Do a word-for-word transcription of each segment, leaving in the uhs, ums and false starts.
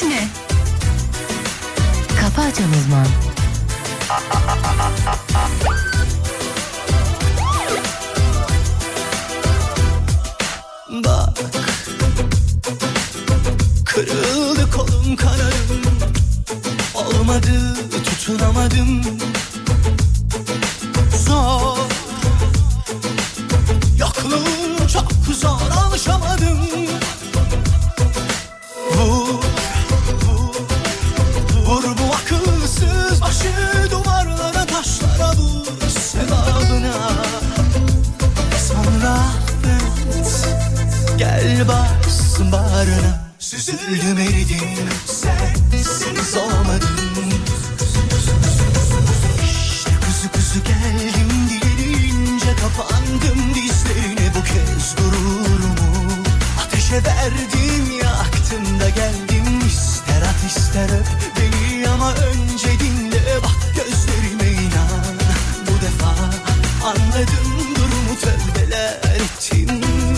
ne? Kafa Açan Uzman. Bak, kırıldı kolum kanarım, olmadı tutunamadım, zor, yokluğun çok zor, alışamadım. Vur, vur, vur bu akılsız başı duvarlara, taşlara vur sevabına. Sonra affet, gel bassın bağrına. Süzüldüm eridim, sensiz olmadım. İşte kuzu kuzu geldim diyelince kapandım dizlerine, bu kez gururumu ateşe verdim, yaktım da geldim. İster at ister öp beni ama önce dinle, bak gözlerime inan. Bu defa anladım durumu, tövbeler ettim.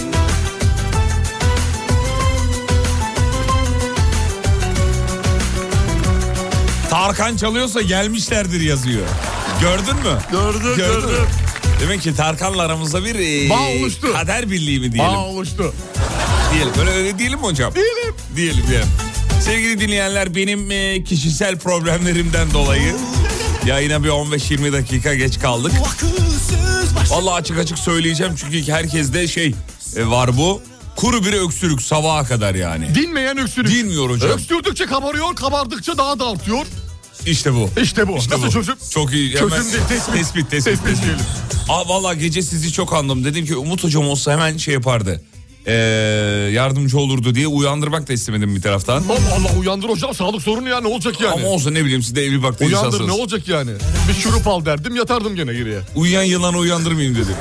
Tarkan çalıyorsa gelmişlerdir yazıyor. Gördün mü? Gördüm, Gördün. gördüm. Demek ki Tarkan'la aramızda bir e, bağ oluştu. Kader birliği mi diyelim? Bağ oluştu. Diyelim. Öyle, öyle diyelim mi hocam? Diyelim. Diyelim diyelim. Sevgili dinleyenler, benim e, kişisel problemlerimden dolayı yayına bir on beş yirmi dakika geç kaldık. Vallahi açık açık söyleyeceğim çünkü herkeste şey e, var bu. Kuru bir öksürük sabaha kadar yani. Dinmeyen öksürük. Dinmiyor hocam. Öksürdükçe kabarıyor, kabardıkça daha da artıyor. İşte bu. İşte bu. İşte Nasıl bu. çözüm? Çok iyi. Çözüm Hemen değil, tespit. Tespit, tespit. Tespit diyelim. Aa, vallahi gece sizi çok anladım. Dedim ki Umut hocam olsa hemen şey yapardı. Ee, yardımcı olurdu diye uyandırmak da istemedim bir taraftan. Allah Allah, uyandır hocam, sağlık sorunu ya, ne olacak yani? Ama olsa ne bileyim, siz de evli baktı Uyandır, insansınız. ne olacak yani? Bir şurup al derdim, yatardım gene geriye. Uyuyan yılanı uyandırmayayım dedim.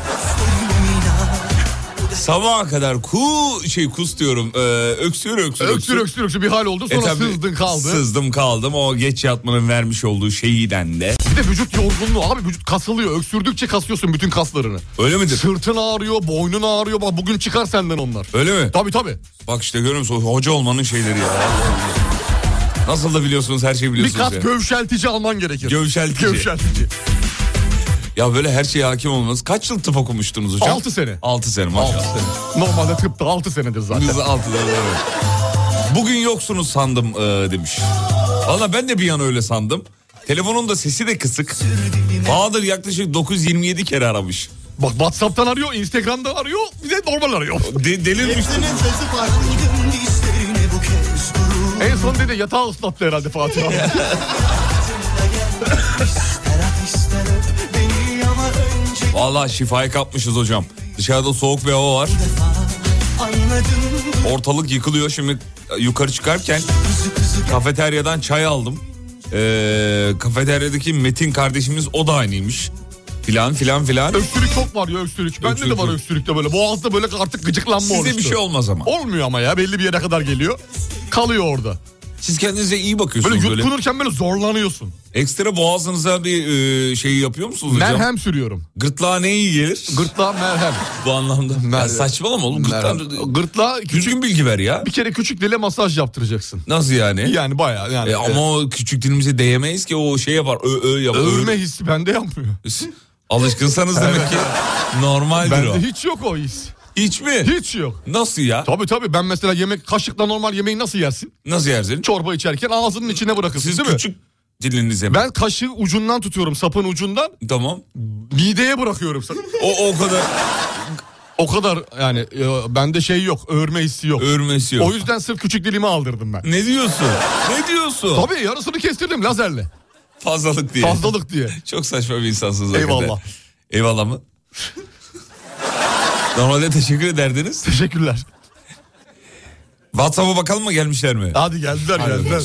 Sabaha kadar ku şey kus diyorum. Ee, öksür öksür Öksür öksür öksür bir hal oldu, sonra E tabii, sızdın kaldı. Sızdım kaldım, o geç yatmanın vermiş olduğu şeyden de. Bir de vücut yorgunluğu abi, vücut kasılıyor. Öksürdükçe kasıyorsun bütün kaslarını. Öyle midir? Sırtın ağrıyor, boynun ağrıyor. Bak bugün çıkar senden onlar. Öyle mi? Tabii tabii. Bak işte görüyor musun? Hoca olmanın şeyleri ya. Nasıl da biliyorsunuz, her şeyi biliyorsunuz. Birkaç ya. gövşeltici alman gerekir. Gövşeltici. Gövşeltici. Ya böyle her şeye hakim olmanız. Kaç yıl tıp okumuştunuz hocam? altı sene. altı sene maşallah. altı sene. Normalde tıpta altı senedir zaten. Biz altı sene, evet. Bugün yoksunuz sandım e, demiş. Valla ben de bir an öyle sandım. Telefonun da sesi de kısık. Bahadır yaklaşık dokuz yüz yirmi yedi kere aramış. Bak WhatsApp'tan arıyor, Instagram'dan arıyor, bir de normal arıyor. De, delirmiştim. En son dedi yatağı ıslattı herhalde Fatih abi. Valla şifayı kapmışız hocam. Dışarıda soğuk bir hava var. Ortalık yıkılıyor. Şimdi yukarı çıkarken kafeteryadan çay aldım. Ee, kafeteryadaki Metin kardeşimiz o da aynıymış. Filan filan filan. Öksürük çok var ya, öksürük. Bende Öksürük. de var öksürükte böyle. Boğazda böyle artık gıcıklanma Size oluştu. bir şey olmaz ama. Olmuyor ama ya, belli bir yere kadar geliyor. Kalıyor orada. Siz kendinize iyi bakıyorsunuz Böyle böyle. yutkunurken böyle zorlanıyorsun. Ekstra boğazınıza bir e, şey yapıyor musunuz hocam? Merhem sürüyorum. Gırtlağa ne iyi gelir? Gırtlağa merhem. Bu anlamda. Merhem. Ya saçmalama oğlum. Gırtlağa... Gırtlağa Düzgün bilgi ver ya. bir kere küçük dile masaj yaptıracaksın. Nasıl yani? Yani bayağı yani. E, ama o küçük dilimize değemeyiz ki, o şey yapar. Ö, ö yapar. Övme hissi bende yapmıyor. Alışkınsanız demek ki normaldir Bende o. hiç yok o his. Hiç mi? Hiç yok. Nasıl ya? Tabii tabii, ben mesela yemek kaşıkla normal yemeği nasıl yersin? Nasıl yersin? Çorba içerken ağzının içine bırakırsın, Siz değil mi? küçük dilinize mi? Ben kaşığı ucundan tutuyorum, sapın ucundan. Tamam. Mideye bırakıyorum. O o kadar O kadar yani, e, bende şey yok, öğürme hissi yok. örmesi yok. O yüzden sırf küçük dilimi aldırdım ben. Ne diyorsun? Ne diyorsun? Tabii yarısını kestirdim lazerle. Fazlalık diye. Fazlalık diye. Çok saçma bir insansınız. hakikaten. Eyvallah. Eyvallah mı? Normalde teşekkür ederdiniz. Teşekkürler. WhatsApp'a bakalım mı, gelmişler mi? Hadi geldiler Hadi geldiler.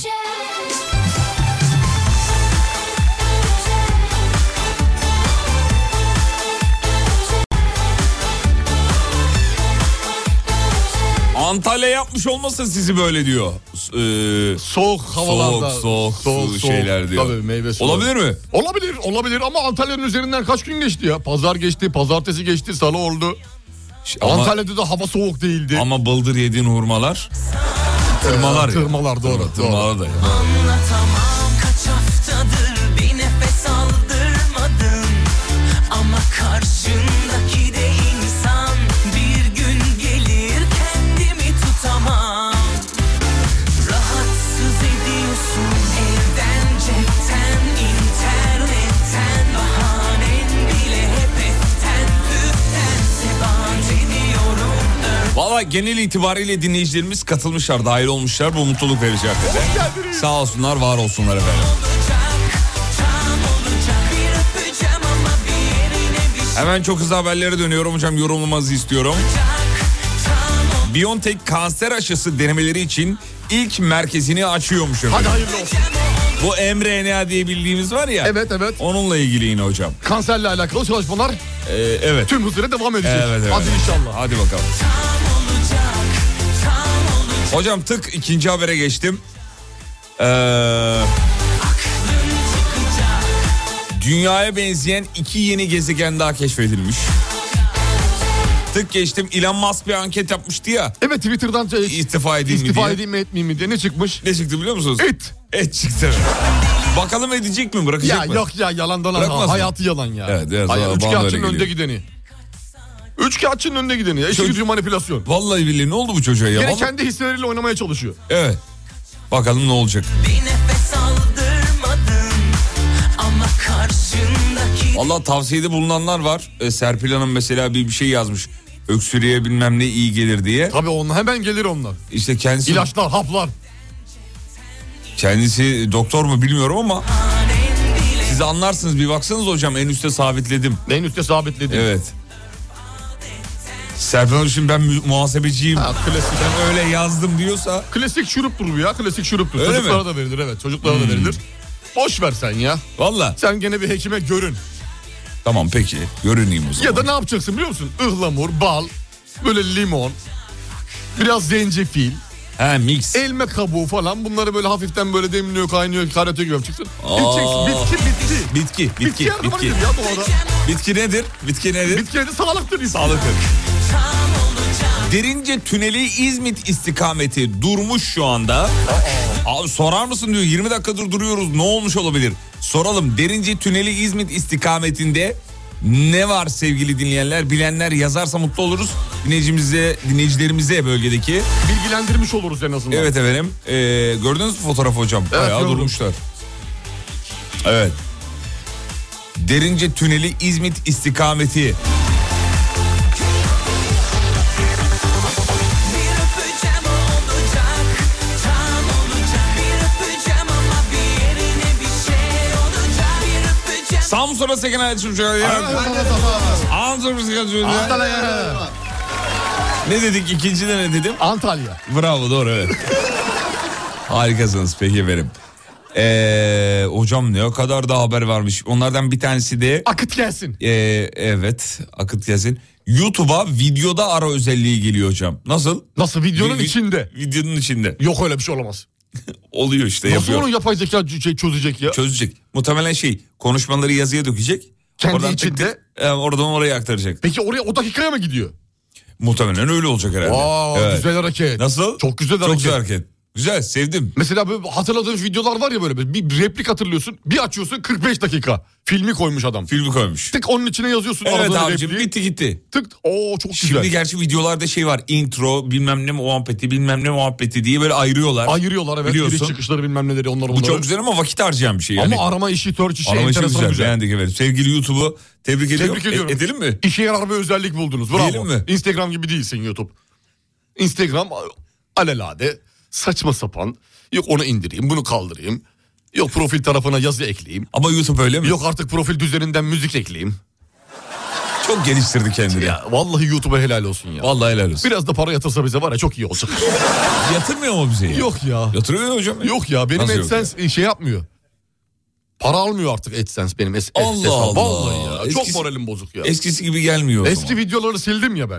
Antalya yapmış olmasın sizi böyle diyor. Ee, Soğuk havalarda. Soğuk, soğuk, şeyler diyor. Tabii meyve suyu. Olabilir mi? Olabilir olabilir ama Antalya'nın üzerinden kaç gün geçti ya? Pazar geçti, pazartesi geçti, salı oldu. Ama, Antalya'da da hava soğuk değildi. ama bıldır yediğin hurmalar. Tırmalar Ee, ya. tırmalar doğru. Tırma, tırmalar da ya. Anlatamam kaç haftadır bir nefes aldırmadın. Ama karşındaki de insan, bir gün gelir kendimi tutamam. Rahatsız ediyorsun evden, cepten, internetten. Bahanen bile hep etten, püften, sebat ediyorum. Valla genel itibariyle dinleyicilerimiz katılmışlar, dahil olmuşlar. Bu mutluluk verici hakikaten. Sağ olsunlar, var olsunlar efendim. Hemen çok hızlı haberlere dönüyorum hocam, yorumlamanızı istiyorum. BioNTech kanser aşısı denemeleri için ilk merkezini açıyormuş efendim. Hadi hayırlı olsun. Bu mRNA diye bildiğimiz var ya. Evet evet. Onunla ilgili yine hocam. Kanserle alakalı çalışmalar Ee, evet. tüm hızıyla devam edecek. Evet, evet. Hadi inşallah. Hadi bakalım. Hocam tık ikinci habere geçtim. Ee, dünyaya benzeyen iki yeni gezegen daha keşfedilmiş. Tık geçtim. Elon Musk bir anket yapmıştı ya. Evet, Twitter'dan şey, İstifa edeyim mi istifa diye. edeyim mi etmeyeyim mi diye ne çıkmış? Ne çıktı biliyor musunuz? Et. Et çıktı. Bakalım edecek mi, bırakacak Ya mı? yok ya, yalandan Bırakmaz mı? hayatı yalan ya. Evet, evet, Hayır, bana üç da kağıtçının öyle önde geliyor. gideni. Üç kağıtçının önde gideni ya. İşi Çocuk- gücü manipülasyon. Vallahi billahi ne oldu bu çocuğa ya? Yine Vallahi- kendi hisleriyle oynamaya çalışıyor. Evet. Bakalım ne olacak. Bir nefes aldırmadın ama karşındaki. Vallahi tavsiyede bulunanlar var. Ee, Serpil Hanım mesela bir, bir şey yazmış. Öksürüğe bilmem ne iyi gelir diye. Tabii onlar hemen gelir onlar. İşte kendisi İlaçlar, haplar. kendisi doktor mu bilmiyorum ama siz anlarsınız, bir baksanız hocam, en üstte sabitledim. En üstte sabitledi. Evet. Serpil Hanım şimdi ben mu- muhasebeciyim. Ha, klasik. Ben öyle yazdım diyorsa. Klasik şuruptur bu ya. Klasik şuruptur. Öyle Çocuklara mi? da verilir, evet. Çocuklara da verilir. Boş ver sen ya. Valla. Sen gene bir hekime görün. Tamam peki. Görüneyim o zaman. Ya da ne yapacaksın biliyor musun? Ihlamur, bal, böyle limon, biraz zencefil, He mix. elma kabuğu falan, bunları böyle hafiften böyle demliyor, kaynıyor, karate gibi yapacaksın. Aa. İçeceksin. Bitki bitki. Bitki, bitki, Bitki her zaman bitki. iyidir ya doğada. Bitki nedir? Bitki nedir? Bitki de sağlıktır. insan. Sağlıktır. Derince Tüneli İzmit istikameti durmuş şu anda. Abi sorar mısın diyor, yirmi dakikadır duruyoruz, ne olmuş olabilir? Soralım. Derince Tüneli İzmit istikametinde ne var sevgili dinleyenler? Bilenler yazarsa mutlu oluruz. Dinleyicimize, dinleyicilerimize bölgedeki. Bilgilendirmiş oluruz en azından. Evet efendim. Ee, gördünüz mü fotoğrafı hocam? Evet, Bayağı gördüm. durmuşlar. Evet. Derince Tüneli İzmit istikameti. Samsun'a seken hayat çocuğa. Antalya. Ne dedik? İkincide ne dedim? Antalya. Bravo, doğru, evet. Harikasınız peki efendim. Ee, hocam ne kadar da haber varmış. Onlardan bir tanesi de Akıt gelsin. ee, evet akıt gelsin. YouTube'a videoda ara özelliği geliyor hocam. Nasıl? Nasıl, videonun Vi- içinde? Videonun içinde. Yok, öyle bir şey olamaz. Oluyor işte, Nasıl yapıyor. onu yapay zeka şey çözecek ya? Çözecek. Muhtemelen şey, konuşmaları yazıya dökecek. Kendi Oradan tık içinde. tık, e, oradan oraya aktaracak. Peki oraya o dakikaya mı gidiyor? Muhtemelen öyle olacak herhalde. Aa, Evet. güzel hareket. Nasıl? Çok güzel Çok hareket. güzel hareket. Güzel, sevdim. Mesela böyle hatırladığın videolar var ya, böyle bir replik hatırlıyorsun. Bir açıyorsun, kırk beş dakika. Filmi koymuş adam. Filmi koymuş. Tık onun içine yazıyorsun. Evet aradığın abicim, repliği. bitti gitti. Tık. Oo, çok Şimdi güzel. gerçi videolarda şey var, intro bilmem ne muhabbeti bilmem ne muhabbeti diye böyle ayırıyorlar. Ayırıyorlar, evet. Biliyorsun. Giriş çıkışları bilmem neleri, onlar Bu bunları. çok güzel ama vakit harcayan bir şey yani. Ama arama işi, search işi Arama işi enteresan güzel, güzel. beğendik evet. Sevgili YouTube'u tebrik ediyorum. Tebrik ediyorum. E- edelim mi? İşe yarar bir özellik buldunuz. Bravo. Diyelim mi? Instagram gibi değilsin YouTube. Instagram alelade, saçma sapan. Yok onu indireyim, bunu kaldırayım. Yok profil tarafına yazı ekleyeyim. Ama YouTube öyle mi? Yok artık profil düzeninden müzik ekleyeyim. Çok geliştirdi kendini. Ya vallahi YouTube'a helal olsun ya. Vallahi helal olsun. Biraz da para yatırsa bize var ya, çok iyi olacak. Yatırmıyor mu bize ya? Yok ya. Yatırıyor ya hocam. Yok ya, benim Nasıl yok AdSense şey yapmıyor. Para almıyor artık AdSense benim. Es- Allah AdSense. Allah. Vallahi ya. Eskisi- Çok moralim bozuk ya. Eskisi gibi gelmiyor o Eski zaman. videoları sildim ya ben.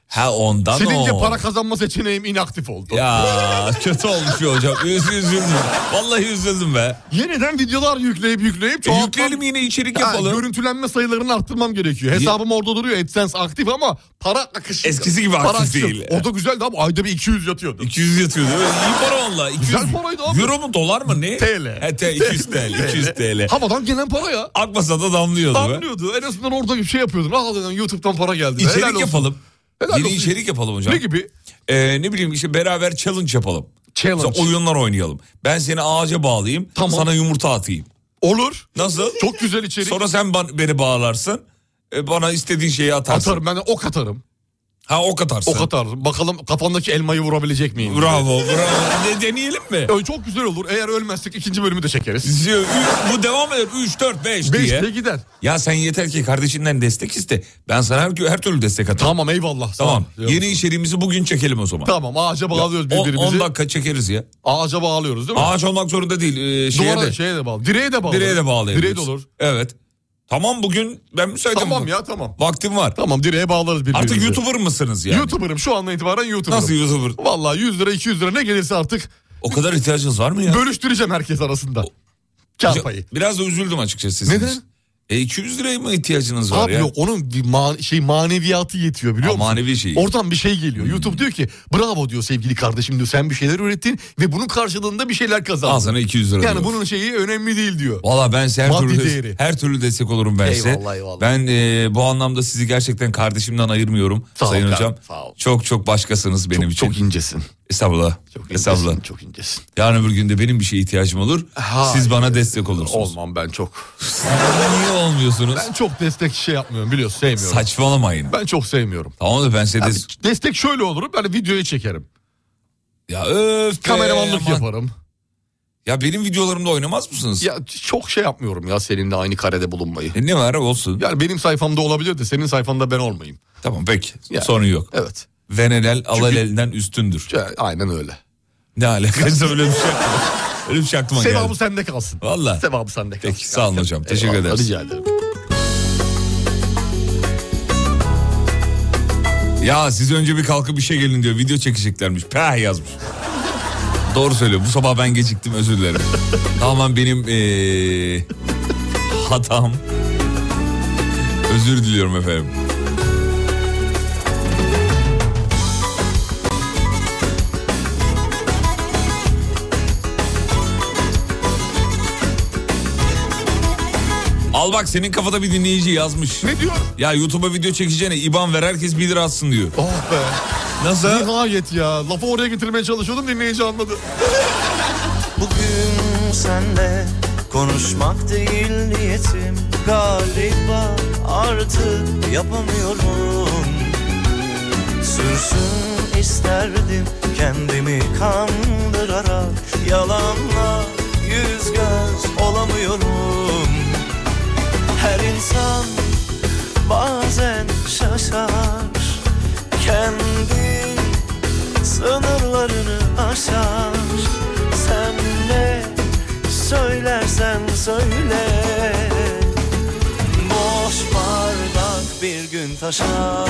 Ha ondan Silince o. para kazanma seçeneğim inaktif oldu. Ya kötü olmuş ya hocam. Üz, üzüldüm. Vallahi üzüldüm be. Yeniden videolar yükleyip yükleyip E, çoğaltmam. yükleyelim yine içerik Ha, yapalım. görüntülenme sayılarını arttırmam gerekiyor. Hesabım orada duruyor. AdSense aktif ama para akışı. Eskisi gibi para aktif akışı. değil. O da güzeldi ama ayda bir iki yüz yatıyordu. iki yüz yatıyor değil mi? İyi para valla. Güzel paraydı abi. Euro mu dolar mı ne? T L. He, te, iki yüz T L. iki yüz T L. Havadan gelen para ya. Akmasa da damlıyordu be. Damlıyordu. En azından orada bir şey yapıyordun. Ah dedim YouTube'dan para geldi. Helal İçerik olsun. yapalım. Helal Yeni olsun. içerik yapalım hocam. Ne gibi? Ee, ne bileyim işte beraber challenge yapalım. Challenge. Mesela oyunlar oynayalım. Ben seni ağaca bağlayayım. Tamam. Sana yumurta atayım. Olur. Nasıl? Çok güzel içerik. Sonra sen ban- beni bağlarsın. E, bana istediğin şeyi atarsın. Atarım ben de ok atarım. Ha ok atarsın. Ok atarım. Bakalım kafandaki elmayı vurabilecek miyim? Bravo bravo. De, deneyelim mi? Ee, Çok güzel olur. Eğer ölmezsek ikinci bölümü de çekeriz. Bu devam eder. üç, dört, beş diye. Beşte gider. Ya sen yeter ki kardeşinden destek iste. Ben sana her, her türlü destek atarım. Tamam eyvallah. sağ Tamam. ol. Yeni içeriğimizi bugün çekelim o zaman. Tamam ağaca bağlıyoruz On- birbirimizi. on dakika çekeriz ya. Ağaca bağlıyoruz değil mi? Ağaç olmak zorunda değil. Ee, şeye Duvara de, şeye de bağlı. Direğe de bağlı. direğe de bağlayabiliriz. Direğe de olur. Evet. Tamam bugün ben müsaitim. Tamam ya tamam. Vaktim var. Tamam direğe bağlarız birbirimizi. Artık YouTuber mısınız yani? YouTuber'ım şu andan itibaren YouTuber'ım. Nasıl YouTuber? Vallahi yüz lira iki yüz lira ne gelirse artık O kadar ihtiyacınız var mı ya? bölüştüreceğim herkes arasında. Kar payı. Biraz da üzüldüm açıkçası. sizin Neden? için. E iki yüz liraya mı ihtiyacınız var Abi ya? yok onun bir ma- şey maneviyatı yetiyor biliyor Ha, musun? manevi şeyi. Oradan bir şey geliyor. YouTube diyor ki bravo diyor sevgili kardeşim diyor sen bir şeyler ürettin ve bunun karşılığında bir şeyler kazandın. Al sana iki yüz lira Yani diyor. bunun şeyi önemli değil diyor. Valla ben size her Maddi türlü, değeri. her türlü destek olurum ben size. Eyvallah, eyvallah. Ben e, bu anlamda sizi gerçekten kardeşimden ayırmıyorum Sağ ol Sayın kardeşim, Hocam. sağ ol. Çok çok başkasınız benim Çok, için. çok incesin. Estağfurullah. Çok Estağfurullah. incesin. Çok incesin. Yarın öbür günde benim bir şeye ihtiyacım olur. Hayır. Siz bana destek olursunuz. Olmam ben çok. Niye olmuyorsunuz? Ben çok destek şey yapmıyorum biliyorsun sevmiyorum. Saçmalamayın. Ben çok sevmiyorum. Tamam da ben size Yani des- destek şöyle olur ben videoyu çekerim. Ya öf be, Kameramanlık aman. yaparım. Ya benim videolarımda oynamaz mısınız? Ya çok şey yapmıyorum ya seninle aynı karede bulunmayı. E, ne var olsun. Yani benim sayfamda olabilir de senin sayfanda ben olmayayım. Tamam peki. Yani. Sorun yok. Evet. Venelel alelelden üstündür. Ya, aynen öyle. Ne alakası öyle bir şey aklıma. Öyle bir şey aklıma geldi. Sevabı sende kalsın. Valla. Sevabı sende kalsın. Peki sağ olun hocam. Teşekkür Eyvallah, ederiz. Rica ederim. Ya siz önce bir kalkıp işe gelin diyor. Video çekeceklermiş. Peh yazmış. Doğru söylüyor. Bu sabah ben geciktim özür dilerim. Tamamen benim ee, hatam. Özür diliyorum efendim. Al bak senin kafada bir dinleyici yazmış. Ne diyor? Ya YouTube'a video çekeceğine IBAN ver herkes bir lira atsın diyor. Oh be. Nasıl? Nihayet ya. Lafı oraya getirmeye çalışıyordum dinleyici anladı. Bugün senle konuşmak değil niyetim, galiba artık yapamıyorum. Sürsün isterdim kendimi kandırarak, yalanla yüz göz olamıyorum. Her insan bazen şaşar, kendi sınırlarını aşar. Sen ne söylersen söyle, boş bardak bir gün taşar.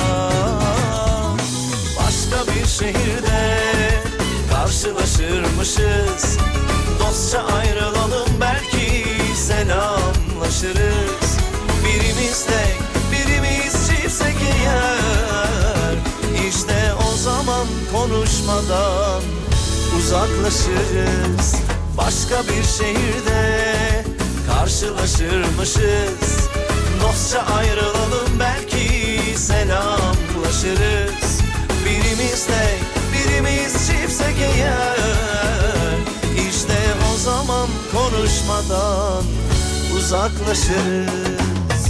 Başka bir şehirde karşılaşırmışız, dostça ayrılalım belki selamlaşırız. Birimiz tek, birimiz çiftsek eğer, İşte o zaman konuşmadan uzaklaşırız. Başka bir şehirde karşılaşırmışız, dostça ayrılalım belki selamlaşırız. Birimiz tek, birimiz çiftsek eğer, İşte o zaman konuşmadan uzaklaşırız.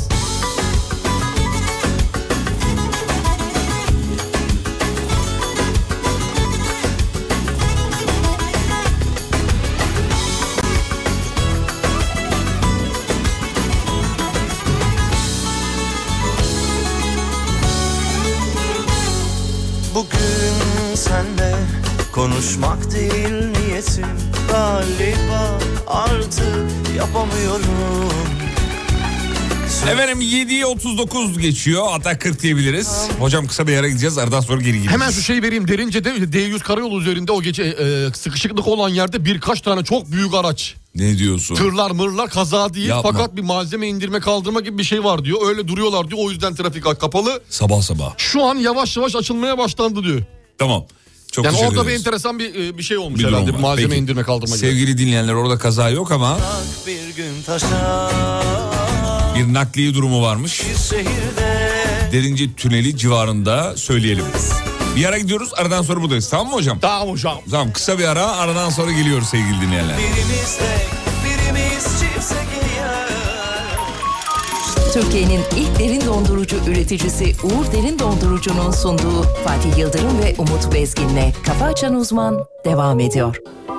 Bugün senle konuşmak değil niyetim, galiba artık yapamıyorum. Efendim yediye otuz dokuz geçiyor, hatta kırk diyebiliriz. Hocam kısa bir yere gideceğiz, aradan sonra geri gideceğiz. Hemen şu şeyi vereyim. Derince'de D yüz karayolu üzerinde o gece e, sıkışıklık olan yerde birkaç tane çok büyük araç. Ne diyorsun? Tırlar mırlar kaza değil. Yapma. Fakat bir malzeme indirme kaldırma gibi bir şey var diyor. Öyle duruyorlar diyor. O yüzden trafik kapalı. Sabah sabah. Şu an yavaş yavaş açılmaya başlandı diyor. Tamam. Çok Yani teşekkür orada bir ederiz. enteresan bir bir şey olmuş Bir durum herhalde. var. Bir malzeme Peki. indirme kaldırma gibi. Sevgili dinleyenler, orada kaza yok ama Bir gün taşar bir nakliye durumu varmış. bir şehirde. Derince Tüneli civarında söyleyelim. Bir ara gidiyoruz, aradan sonra buradayız, tamam mı hocam? Tamam hocam. Tamam, kısa bir ara, aradan sonra geliyoruz sevgili dinleyenler. Birimiz tek, birimiz çiftse giyer. Türkiye'nin ilk derin dondurucu üreticisi Uğur Derin Dondurucu'nun sunduğu Fatih Yıldırım ve Umut Bezgin'le Kafa Açan Uzman devam ediyor.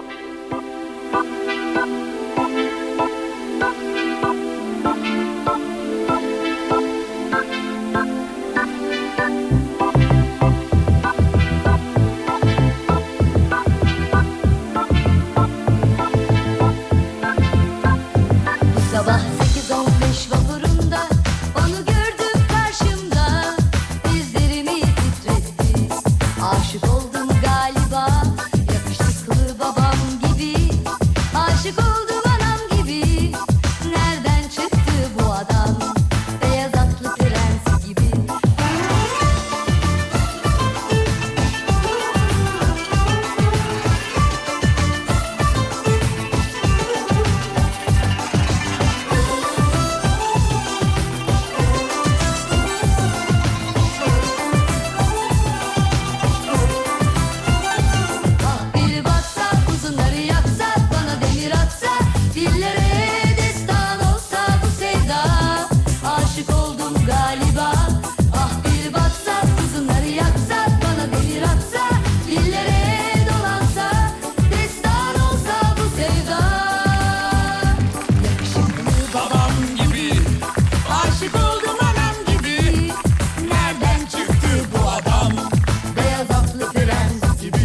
Sabah sekiz on beş vapurunda onu gördüm karşımda, dizlerimi titretti, aşık oldum galiba, yakışıklı babam gibi, aşık oldum anam gibi. Nereden çıktı bu adam, beyaz atlı prens gibi. Ah biri baksa, uzunları yaksa, bana demir atsa, dillere destan olsa bu sevda, aşık oldum galiba. Ah biri baksa, uzunları yaksa, bana demir atsa, dillere dolansa, destan olsa bu sevda. Yakışıklı babam gibi, aşık oldum anam gibi. Nereden çıktı bu adam, beyaz atlı prens gibi.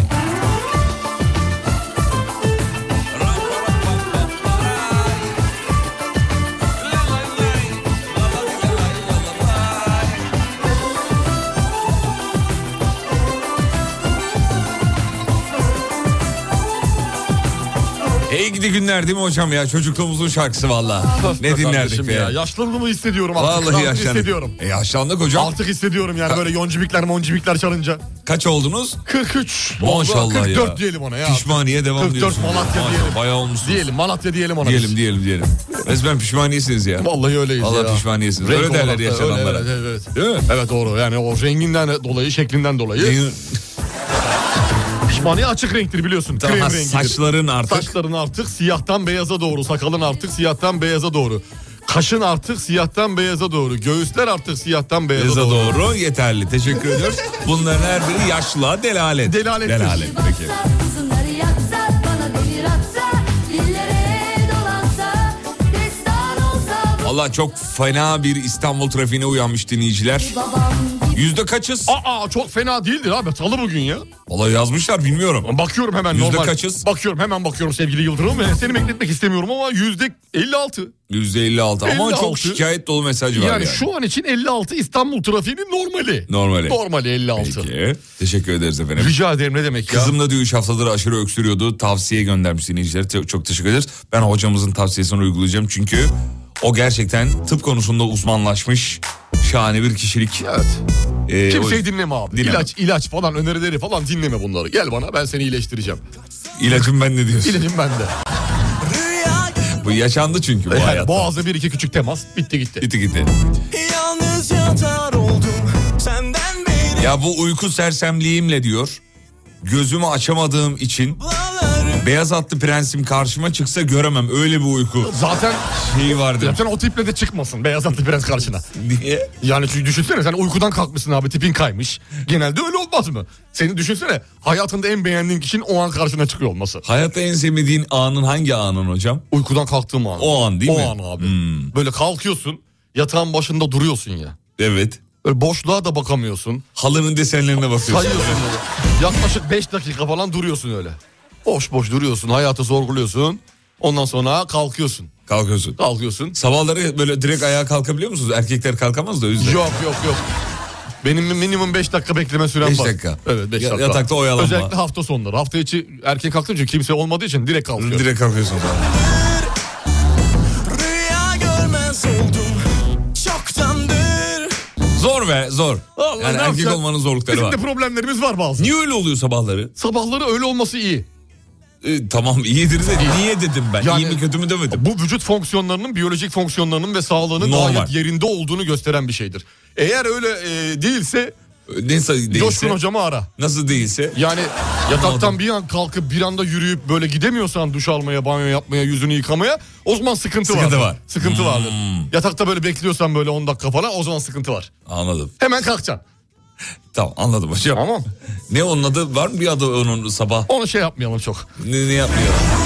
Hey gidi günler değil mi hocam ya? Çocukluğumuzun şarkısı valla. Ne dinlerdik Kardeşim be. ya. Yaşlandığımı hissediyorum artık. Vallahi Artık yaşlandık. hissediyorum. E yaşlandık hocam. Artık hissediyorum yani böyle yoncibikler moncibikler çalınca. Kaç oldunuz? kırk üç. Maşallah ya. kırk dört diyelim ona ya. Pişmaniye devam kırk dört diyorsunuz. Malatya Maşallah, diyelim. Bayağı olmuşsunuz. Diyelim Malatya diyelim ona. Diyelim biz. diyelim diyelim. Resmen pişmaniyesiniz ya. Vallahi öyleyiz Vallahi ya. pişmaniyesiniz. Renk Öyle derler olarak da yaşananlara. öyle, evet, evet. Değil mi? Evet doğru yani o renginden dolayı şeklinden dolayı. Pişmaniye açık renktir biliyorsun. Daha Krem rengidir. saçların artık. Saçların artık siyahtan beyaza doğru. Sakalın artık siyahtan beyaza doğru. Kaşın artık siyahtan beyaza doğru. Göğüsler artık siyahtan beyaza, Beyaza doğru. doğru yeterli. Teşekkür ediyoruz. Bunların her biri yaşlılığa delalet. Delalettir. Delalet. Peki. Baksa, uzunları yaksa, bana demir atsa, dillere dolansa, destan olsa bu Valla çok fena bir İstanbul trafiğine uyanmış dinleyiciler. babam gibi. Yüzde kaçız? Aa çok fena değildir abi. Salı bugün ya. Valla yazmışlar, bilmiyorum. Bakıyorum hemen Yüzde normal. kaçız? Bakıyorum hemen bakıyorum sevgili Yıldırım. Ee, Seni bekletmek istemiyorum ama yüzde elli altı. Yüzde elli altı ama elli altı. çok şikayet dolu mesajı var Yani, yani. şu an için elli altı İstanbul trafiğinin normali. Normali. Normali elli altı. Peki. Teşekkür ederiz efendim. Rica ederim ne demek ya. Kızım da diyor üç haftadır aşırı öksürüyordu. Tavsiye göndermiş dinleyiciler. Çok, çok teşekkür ederiz. Ben hocamızın tavsiyesini uygulayacağım. Çünkü o gerçekten tıp konusunda uzmanlaşmış şahane bir kişilik. Evet. Ee, Kimseyi o- dinleme abi. Dinleme. İlaç, ilaç falan önerileri falan dinleme bunları. Gel bana ben seni iyileştireceğim. İlacım ben ne diyorsun? İlacım bende. Bu yaşandı çünkü bu Yani hayatta. boğazda bir iki küçük temas bitti gitti. Gitti gitti. Yalnız yatar oldum senden beri. Ya bu uyku sersemliğimle diyor. Gözümü açamadığım için Bağlarım beyaz atlı prensim karşıma çıksa göremem. Öyle bir uyku Zaten şeyi vardı. zaten o tiple de çıkmasın beyaz atlı prens karşına. Niye? Yani çünkü düşünsene sen uykudan kalkmışsın abi tipin kaymış. Genelde öyle olmaz mı? Seni düşünsene hayatında en beğendiğin kişinin o an karşına çıkıyor olması. Hayatta en sevmediğin anın hangi anın hocam? Uykudan kalktığım an. O an değil o mi? O an abi. Hmm. Böyle kalkıyorsun yatağın başında duruyorsun ya. Evet. Böyle boşluğa da bakamıyorsun. Halının desenlerine bakıyorsun. Sayıyorsun böyle. Yaklaşık beş dakika falan duruyorsun öyle. Boş boş duruyorsun hayatı sorguluyorsun. Ondan sonra kalkıyorsun. Kalkıyorsun. Kalkıyorsun. Sabahları böyle direkt ayağa kalkabiliyor musunuz? Erkekler kalkamaz da o yüzden. Yok yok yok. Benim minimum beş dakika bekleme sürem beş var. dakika. Evet beş Ya- dakika. yatakta oyalanma. Özellikle hafta sonları. Hafta içi erkek kalkınca kimse olmadığı için direkt kalkıyorum. Direkt kalkıyorsun zaten. Rüya görmez oldum çoktandır. Zor be zor. Vallahi Yani ne erkek yapacak? olmanın zorlukları Bizim var. de problemlerimiz var bazı. Niye öyle oluyor sabahları? Sabahları öyle olması iyi. Ee, tamam iyidir de niye dedim ben? Yani- İyi mi kötü mü demedim. Bu vücut fonksiyonlarının, biyolojik fonksiyonlarının ve sağlığının Normal. gayet yerinde olduğunu gösteren bir şeydir. Eğer öyle e, değilse Neyse değilse. Coşkun hocamı ara. Nasıl değilse. Yani yataktan Anladım. bir an kalkıp bir anda yürüyüp böyle gidemiyorsan duş almaya, banyo yapmaya, yüzünü yıkamaya o zaman sıkıntı, Sıkıntı vardır. var. Sıkıntı Hmm. vardır. Yatakta böyle bekliyorsan böyle on dakika falan o zaman sıkıntı var. Anladım. Hemen kalkacaksın. Tamam anladım hocam. Tamam. Ne onun adı var mı bir adı onun sabah? Onu şey yapmayalım çok. Ne, ne yapmıyor?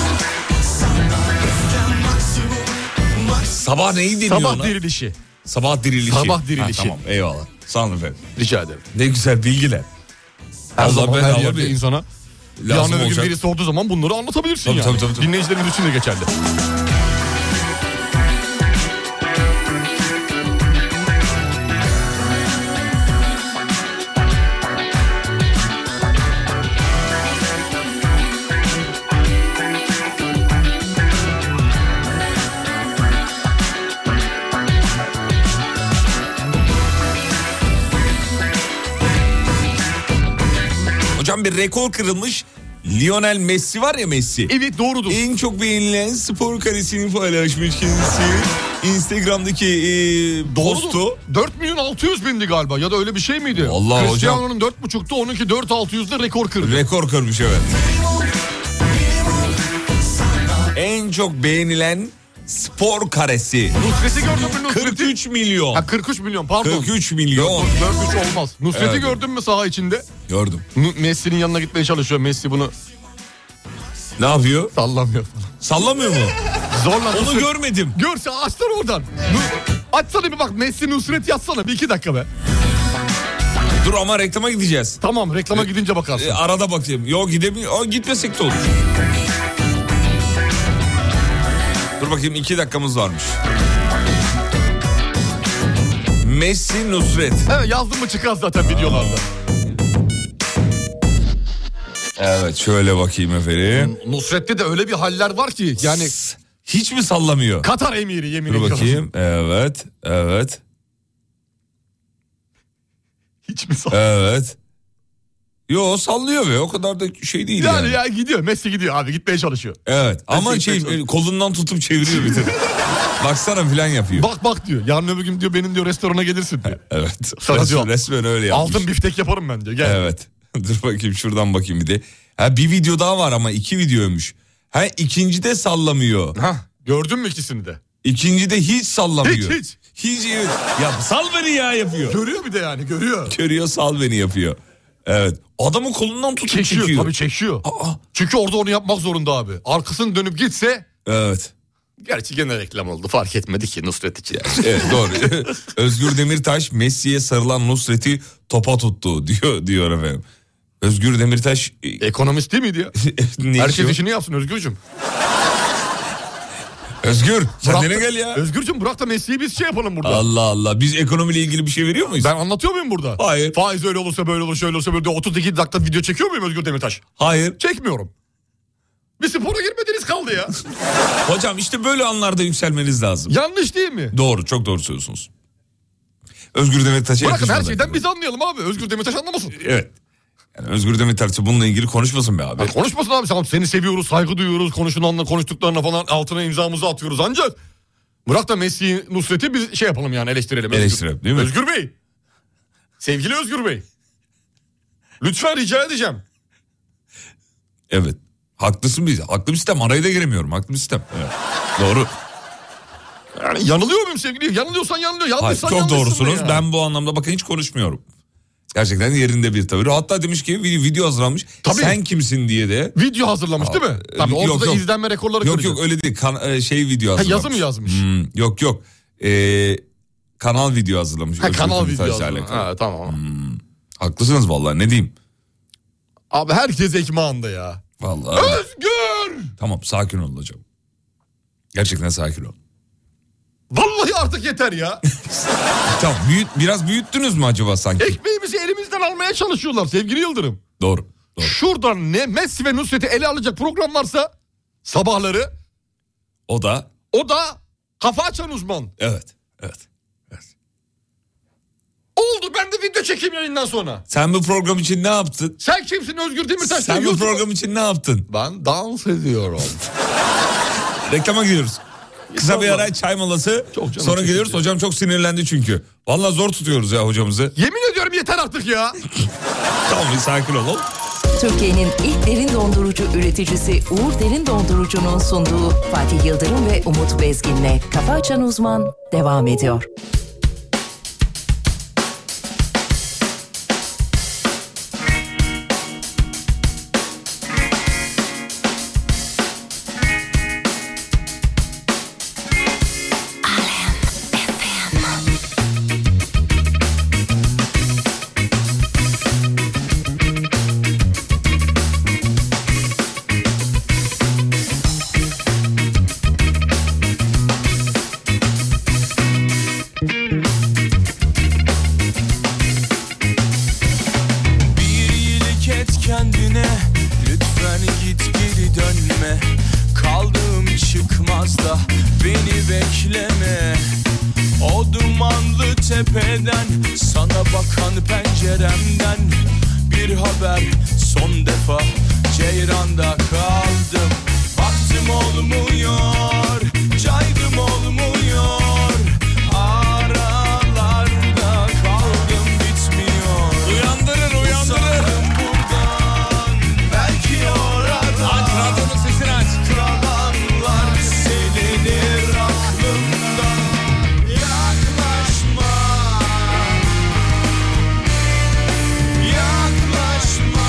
Sabah neyi deniyor Sabah ona? dirilişi. Sabah dirilişi. Sabah dirilişi. Ha, tamam eyvallah. Sağ olun efendim. Rica ederim. Ne güzel bilgiler. Her Allah zaman her bedava yerde bir- insana Lazım yarın öbür gün olacak. biri sorduğu zaman bunları anlatabilirsin Tabii, yani. tabii, tabii, tabii. Dinleyicilerimiz için de geçerli. Hocam bir rekor kırılmış. Lionel Messi var ya Messi. Evet doğrudur. En çok beğenilen spor karesini paylaşmış kendisi. Instagram'daki e, postu. dört milyon altı yüz bindi galiba ya da öyle bir şey miydi? Vallahi Cristiano'nun dört buçuktu, onunki dört altı yüzde rekor kırdı. Rekor kırmış evet. En çok beğenilen spor karesi. Nusret'i gördün mü Nusret'i? kırk üç milyon. Ha kırk üç milyon pardon. kırk üç milyon. dört üç olmaz. Nusret'i Evet. gördün mü saha içinde? Gördüm. Nu- Messi'nin yanına gitmeye çalışıyor. Messi bunu Ne yapıyor? sallamıyor. Sallamıyor mu? Zorla Onu Nusret- görmedim. Görse açsana oradan. Nu- Açsana bir bak Messi Nusret yazsana bir iki dakika be. Dur ama reklama gideceğiz. Tamam reklama gidince bakarsın. E, arada bakayım. Yok gidemiyor. Aa, gitmesek de olur. Dur bakayım iki dakikamız varmış. Messi Nusret. Evet yazdım mı çıkar zaten videolarda. Evet şöyle bakayım efendim. Nusret'te de öyle bir haller var ki yani Hiç mi sallamıyor? Katar emiri yemin Dur ediyorum. bakayım. Evet. Evet. Hiç mi sal- Evet. Yo sallıyor be o kadar da şey değil yani. Yani ya gidiyor Messi gidiyor abi gitmeye çalışıyor. Evet ama Messi şey gitmeye çalışıyor. kolundan tutup çeviriyor bir tane. Baksana filan yapıyor. Bak bak diyor yarın öbür gün diyor benim diyor restorana gelirsin diyor. Evet. Sana Resmen, diyor, resmen öyle yapmış. Altın biftek yaparım ben diyor gel. Evet. Dur bakayım şuradan bakayım bir de. Ha bir video daha var ama iki videoymuş. Ha ikinci de sallamıyor. Hah, gördün mü ikisini de? İkinci de hiç sallamıyor. Hiç, hiç. Hiç evet. Ya sal beni ya yapıyor. Görüyor bir de yani görüyor. Görüyor sal beni yapıyor. Evet. Adamın kolundan tutup Çekiyor, çekiyor. tabii çekiyor. Aa, Çünkü orada onu yapmak zorunda abi. Arkasını dönüp gitse evet. gerçi gene reklam oldu fark etmedi ki Nusret için. Evet doğru. Özgür Demirtaş Messi'ye sarılan Nusret'i topa tuttu diyor diyor efendim. Özgür Demirtaş Ekonomist değil miydi ya? ne Herkes işi o? işini yapsın Özgürcüm. Özgür Bırak kendine da- gel ya. Özgürcüm bırak da Messi'yi biz şey yapalım burada. Allah Allah biz ekonomiyle ilgili bir şey veriyor muyuz? Ben anlatıyor muyum burada? Hayır. Faiz öyle olursa böyle olur şöyle olursa böyle diye otuz iki dakika video çekiyor muyum Özgür Demirtaş? Hayır. Çekmiyorum. Bir spora girmediniz kaldı ya. Hocam işte böyle anlarda yükselmeniz lazım. Yanlış değil mi? Doğru çok doğru söylüyorsunuz. Özgür Demirtaş'a Bırakın her yakışmadı. şeyden biz anlayalım abi. Özgür Demirtaş anlamasın. Evet. Yani Özgür Demirtaş bununla ilgili konuşmasın be abi. Ya konuşmasın abi. Sen- Seni seviyoruz, saygı duyuyoruz. Konuşulanla konuştuklarına falan altına imzamızı atıyoruz. Ancak bırak da Messi'yi, Nusret'i biz şey yapalım yani eleştirelim. Özgür. Eleştirelim, değil mi? Özgür Bey. Sevgili Özgür Bey. Lütfen rica edeceğim. Evet. Haklısın biz. Haklı bir sistem. Araya da giremiyorum. Haklı bir sistem. Evet. Doğru. Yani yanılıyor muyum sevgili? Yanılıyorsan yanılıyor. Hayır, Yanlışsan çok yanlışsın doğrusunuz. be ya. Ben bu anlamda bakın hiç konuşmuyorum. Gerçekten yerinde bir tavır. Hatta demiş ki bir video hazırlanmış. Tabii. Sen kimsin diye de. Video hazırlamış değil mi? Aa, Tabii yok, orada yok. izlenme rekorları Yok kıracak. yok öyle değil. Kan- e, şey video Ha, hazırlamış. yazı mı yazmış? Hmm, yok yok. Ee, kanal video hazırlamış. Ha, Özgür kanal Demirtaş'la video alakalı. hazırlamış. Ha, tamam. Haklısınız vallahi ne diyeyim. Abi herkes ekmeğinde ya. Vallahi. Özgür! Tamam sakin olun hocam. Gerçekten sakin ol. Vallahi artık yeter ya. Tamam, büyüt, biraz büyüttünüz mü acaba sanki? Ekmeğimizi elimizden almaya çalışıyorlar sevgili Yıldırım. Doğru. Doğru. Şuradan ne Messi ve Nusret'i ele alacak program varsa sabahları, O da o da kafa açan uzman. evet. Evet. Evet. Oldu, ben de video çekeyim yayından sonra. Sen bu program için ne yaptın? Sen kimsin Özgür Demirtaş? Sen bu YouTube- program için ne yaptın? Ben dans ediyorum. Reklama gidiyoruz. Kısa bir Vallahi. ara çay molası. Çok canım Sonra geliyoruz. çekti. Hocam çok sinirlendi çünkü. Vallahi zor tutuyoruz ya hocamızı. Yemin ediyorum yeter artık ya. Tamam, bir sakin ol. Türkiye'nin ilk derin dondurucu üreticisi Uğur Derin Dondurucu'nun sunduğu Fatih Yıldırım ve Umut Bezgin'le Kafa Açan Uzman devam ediyor. Bir iyilik et kendine, lütfen git geri dönme. Kaldığım çıkmaz da beni bekleme. O dumanlı tepeden, sana bakan penceremden bir haber, son defa ceyranda kaldım. Baktım olmuyor, caydım olmuyor, aralarda kaldım bitmiyor. Uyandırır, uyandırır. Usandım buradan, belki oradan. Aç radyonun sesini aç. Kalanlar silinir aklımdan. Yaklaşma, yaklaşma.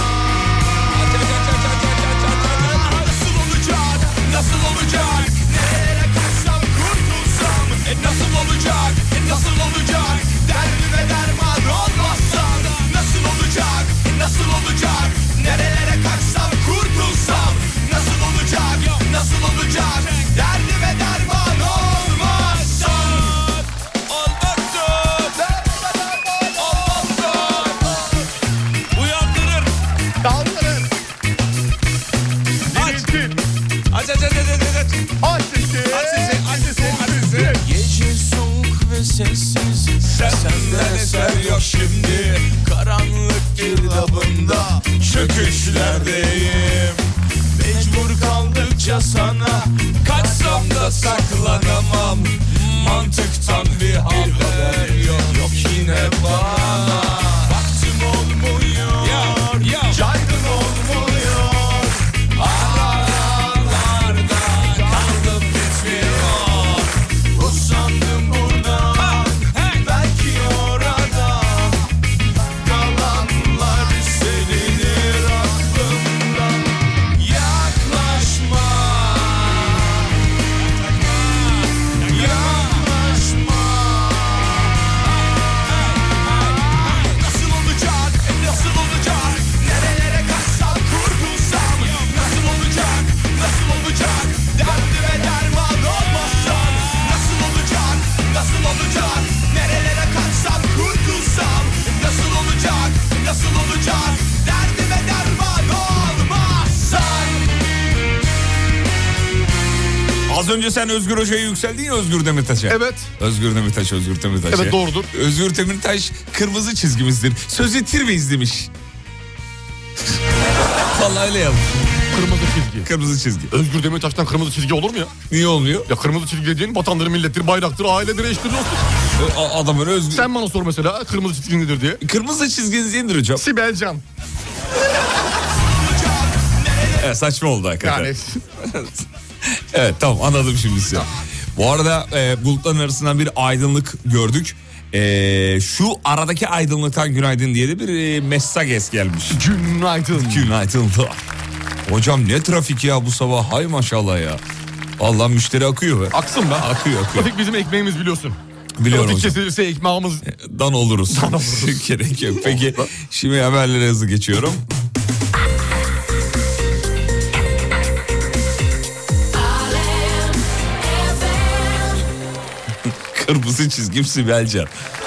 Nasıl olacak, nasıl olacak? Nereye kaçsam kurtulsam, e nasıl olacak, e nasıl olacak? Derdime derman olmazsam, nasıl olacak, e nasıl olacak? Nerelere kaçsam kurtulsam, nasıl olacak, nasıl olacak? Derdime derman olmazsam. Olmazsam, derdime derman olmazsam. Uyandırır. Kaldırın. Aç. Aç aç aç aç aç. Aç sesi. Aç sesi, aç sesi, aç sesi. Gece soğuk ve sessiz, senden eser yok şimdi. Karanlık girdabında çöküşlerdeyim. Mecbur kaldıkça sana kaçsam da saklanamam. Mantıktan bir haber yok, yok yine bana. Baktım olmuyor, caydım olmuyor, aralarda kaldım bitmiyor. Usandım buradan, belki orada. Kalanlar silinir aklımdan. Yaklaşma, yaklaşma. Nasıl olacak, nasıl olacak? Nerelere kaçsam kurtulsam, nasıl olacak, nasıl olacak? Derdime derman olmazsam, nasıl olacak, nasıl olacak? Nerelere kaçsam kurtulsam, nasıl olacak, nasıl olacak? Derdime derman olmazsam. Az önce sen Özgür Hoca'ya yükseldin ya, Özgür Demirtaş'a. Evet. Özgür Demirtaş, Özgür Demirtaş. Evet, doğrudur. Özgür Demirtaş kırmızı çizgimizdir. Söz ettirmeyiz demiş. Vallahi öyle yapmış. Kırmızı çizgi. Kırmızı çizgi. Özgür Demirtaş'tan kırmızı çizgi olur mu ya? Niye olmuyor? Ya kırmızı çizgi dediğin vatandır, millettir, bayraktır, ailedir, eştir, dosttur. E, a- Adam öyle özgür. Sen bana sor mesela kırmızı çizgi nedir diye. Kırmızı çizginiz indir hocam. Sibelcan. Evet, saçma oldu hakikaten. Yani Evet, tamam, anladım şimdi size. Bu arada e, bulutların arasından bir aydınlık gördük. E, şu aradaki aydınlıktan günaydın diye de bir e, mesaj gelmiş. günaydın. Günaydınlar. Hocam ne trafik ya bu sabah, hay maşallah ya. Vallahi müşteri akıyor be. Aksın be. Akıyor akıyor. Trafik bizim ekmeğimiz biliyorsun. Biliyorum Trafik hocam. kesilirse ekmeğimiz... Dan oluruz. Dan oluruz. Gerek yok. Peki şimdi haberlere hızlı geçiyorum. Kırmızı çizgim Sibel Can.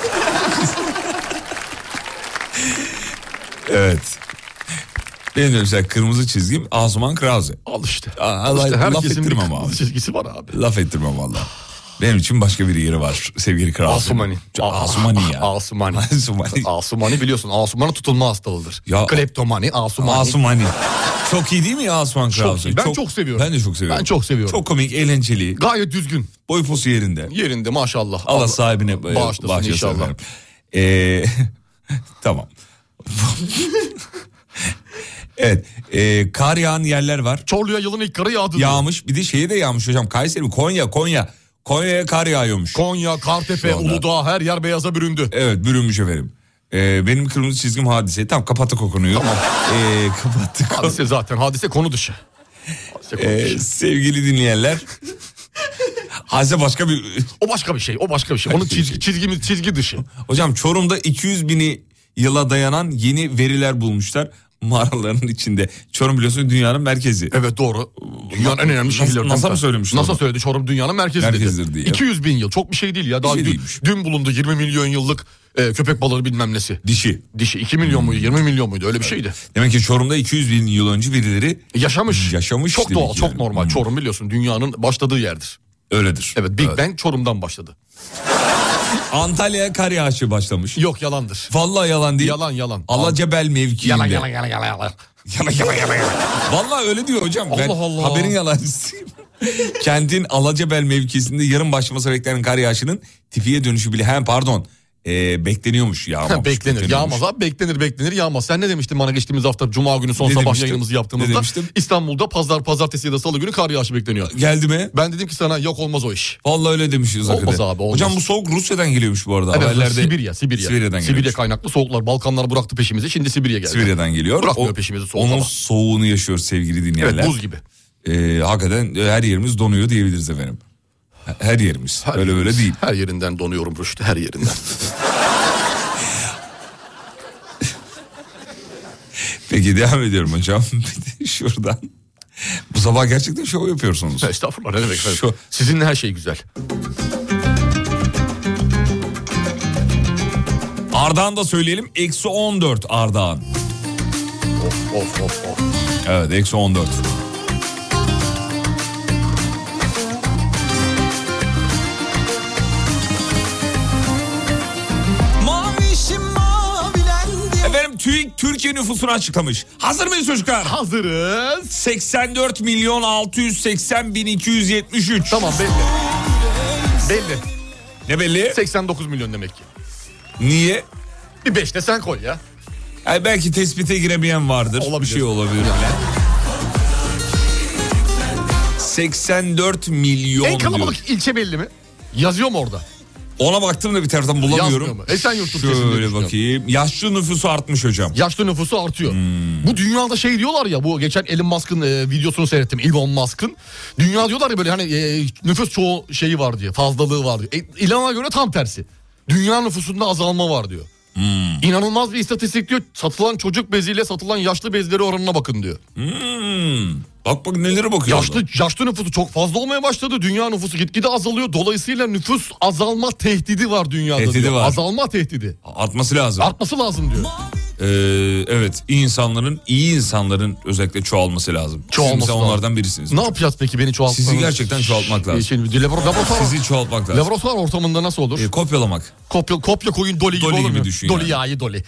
Evet. Benim de mesela kırmızı çizgim Asuman Krause. Al işte. Aa, Al işte laf herkesin bir ettirmem kırmızı abi. çizgisi var abi. Laf ettirmem valla. Benim için başka bir yeri var sevgili Krause. Asumani. Asumani ya. Asumani. Asumani. Asumani biliyorsun. Asumani tutulma hastalığıdır. Ya- Kleptomani, Asumani. Asumani. Çok iyi değil mi ya Asuman Çok Krause? iyi. Ben çok seviyorum. Ben de çok seviyorum. Ben çok seviyorum. Çok komik, eğlenceli. Gayet düzgün. Boy posu yerinde. Yerinde maşallah. Allah sahibine e, bağışlasın bağışlasın inşallah. efendim. Ee, tamam. Evet. E, kar yağan yerler var. Çorlu'ya yılın ilk karı yağdı. diyor. Yağmış. Bir de şeye de yağmış hocam. Kayseri mi? Konya, Konya. Konya'ya kar yağıyormuş. Konya, Kartepe, Şu anda. Uludağ her yer beyaza büründü. Evet, bürünmüş efendim. Ee, benim kırmızı çizgim Hadise. Tamam, kapattık o konuyu. Tamam. Ee, kapattık. Hadise zaten. Hadise konu dışı. Hadise konu Ee, dışı. sevgili dinleyenler. Hadise başka bir... O başka bir şey. O başka bir şey. Onun Başka bir çizgi, çizgimiz çizgi dışı. Hocam Çorum'da iki yüz bini yıla dayanan yeni veriler bulmuşlar. Mağaraların içinde. Çorum biliyorsun dünyanın merkezi. Evet doğru. Dünyanın en önemli Nas- şehirlerinden. NASA mı biri. söylemiş NASA onu? söyledi Çorum dünyanın merkezi Merkezidir dedi. diye. iki yüz bin yıl çok bir şey değil ya. Daha şey dün, değilmiş. dün bulundu yirmi milyon yıllık e, köpek balığı bilmem nesi. Dişi. Dişi iki milyon muydu yirmi milyon muydu öyle bir şeydi. Demek ki Çorum'da iki yüz bin yıl önce birileri Yaşamış. Yaşamış Çok demek doğal çok yani. normal. Hmm. Çorum biliyorsun dünyanın başladığı yerdir. öyledir. Evet Big Bang Çorum'dan başladı. Antalya'ya kar yağışı başlamış. Yok yalandır. Vallahi yalan değil. Yalan yalan. Alacabel mevkiinde. Yalan yalan yalan yalan yalan. Yalan yalan yalan yalan. Vallahi öyle diyor hocam. Ben Allah Allah. haberin yalancısıyım. Kentin Alacabel mevkisinde yarın başlaması beklenen kar yağışının tipiye dönüşü bile hem pardon e, bekleniyormuş yağmamış. Beklenir. Yağmaz abi beklenir beklenir yağmaz. Sen ne demiştin bana geçtiğimiz hafta Cuma günü son Ne sabah demiştim? yayınımızı Ne yaptığımızda? demiştim? İstanbul'da pazar pazartesi ya da salı günü kar yağışı bekleniyor. Geldi mi? Ben dedim ki sana yok olmaz o iş. Vallahi öyle demişiz. Olmaz hakikaten. abi, olmaz. Hocam bu soğuk Rusya'dan geliyormuş bu arada. Evet, Haberlerde Sibirya, Sibirya. Sibiryadan Sibirya geliyormuş. kaynaklı soğuklar. Balkanlar bıraktı peşimizi. Şimdi Sibirya geldi. Sibiryadan geliyor. Bırakmıyor peşimizi soğuk Onun hava. soğuğunu yaşıyoruz sevgili dinleyenler. Evet buz gibi. Ee, hakikaten her yerimiz donuyor diyebiliriz efendim. Her yerimiz. Her öyle yerimiz. böyle değil. Her yerinden donuyorum Rüştü her yerinden. Peki devam ediyorum hocam. Bir de şuradan. Bu sabah gerçekten şov yapıyorsunuz. Estağfurullah ne demek efendim. Şu- Sizinle her şey güzel. Ardahan da söyleyelim. Eksi on dört Ardahan. Of of of of. Evet eksi on dört. Mavişim mavilendi. Efendim TÜİK Türkiye nüfusunu açıklamış. Hazır mıyız çocuklar? Hazırız. seksen dört milyon altı yüz seksen bin iki yüz yetmiş üç. Tamam belli. Belli. Ne belli? seksen dokuz milyon demek ki. Niye? Bir beş de sen koy ya. Yani belki tespite giremeyen vardır. Olabilir. Bir şey olabilir. seksen dört milyon En diyor. kalabalık ilçe belli mi? Yazıyor mu orada? Ona baktım da bir taraftan Yazmıyor bulamıyorum. mu? Esenyurt Türkçesi'nde Şöyle düşünüyorum. bakayım. Yaşlı nüfusu artmış hocam. Yaşlı nüfusu artıyor. Hmm. Bu dünyada şey diyorlar ya bu geçen Elon Musk'ın e, videosunu seyrettim. Elon Musk'ın. Dünya diyorlar ya böyle hani e, nüfus çoğu şeyi var diyor. Fazlalığı var diyor. E, Elon'a göre tam tersi. Dünya nüfusunda azalma var diyor. Hmm. İnanılmaz bir istatistik diyor. Satılan çocuk beziyle satılan yaşlı bezleri oranına bakın diyor. Hmm. Bak bak nelere bakıyor. Yaşlı yaşlı nüfusu çok fazla olmaya başladı. Dünya nüfusu gitgide azalıyor. Dolayısıyla nüfus azalma tehdidi var dünyada Tehdidi diyor. var. Azalma tehdidi. Artması lazım. Artması lazım diyor. Ee, evet iyi insanların iyi insanların özellikle çoğalması lazım. Çoğalması Siz lazım. onlardan birisiniz. Ne yapacağız peki beni çoğaltmanız? Sizi gerçekten çoğaltmak lazım. Şimdi labor- laboratuvar, Sizi çoğaltmak lazım. laboratuvar ortamında nasıl olur? Ee, kopyalamak. Kopya, kopya koyun doli gibi Dolly olur gibi mu? düşün Doli yani. yağı doli.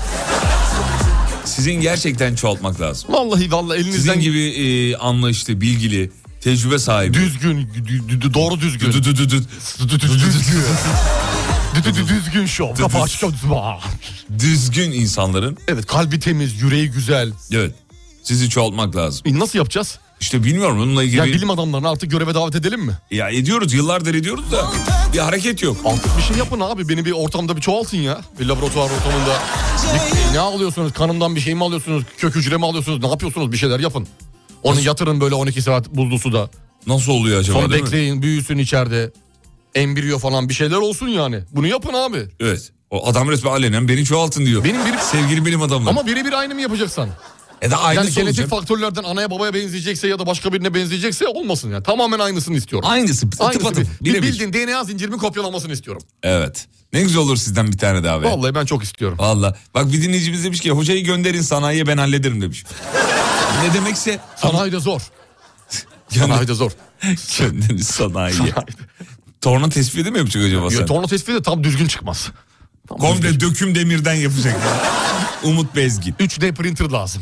Sizin gerçekten çoğaltmak lazım. Vallahi vallahi elinizden Sizin gibi e, anlayışlı, bilgili, tecrübe sahibi. düzgün, dü- dü- dü- doğru düzgün. Dü- dü- dü- dü- Dü- dü- dü- düzgün. Dü- dü- dü- düzgün şov. Kafa açık. düzgün insanların Evet kalbi temiz, yüreği güzel. evet sizi çoğaltmak lazım. E, Nasıl yapacağız? İşte bilmiyorum bununla ilgili Ya ya, bilim adamlarını artık göreve davet edelim mi? ediyoruz yıllardır ediyoruz da bir hareket yok. Artık bir şey yapın abi. Beni bir ortamda bir çoğaltın ya. Bir laboratuvar ortamında. Bir- ne alıyorsunuz? Kanımdan bir şey mi alıyorsunuz? Kök hücre mi alıyorsunuz? Ne yapıyorsunuz? Bir şeyler yapın. Onu yatırın böyle on iki saat buzlu suda. Nasıl oluyor acaba Sonra değil mi? bekleyin, büyüsün içeride. Embriyo falan bir şeyler olsun yani. Bunu yapın abi. Evet. O adam resmen alenen beni çoğaltın diyor. Benim bir... Sevgili bilim adamları. Ama birebir aynı mı yapacaksan? E de aynısı Yani genetik olacak. faktörlerden anaya babaya benzeyecekse ya da başka birine benzeyecekse olmasın yani. Tamamen aynısını istiyorum. Aynısı. Aynısı. Tıpatıp. Bir, Birebir. bildiğin D N A zincirimin kopyalanmasını istiyorum. Evet. Ne güzel olur sizden bir tane daha be. Vallahi ben çok istiyorum. Valla. Bak bir dinleyicimiz demiş ki hocayı gönderin sanayiye ben hallederim demiş. Ne demekse. Sanayide zor. Sanayide zor. Gönderin sanayiye. Torna tespiti mi yapacak acaba sen? Ya, torna tespiti de tam düzgün çıkmaz. Tam Komple düzgün. döküm demirden yapacak. Umut Bezgin. üç D printer lazım.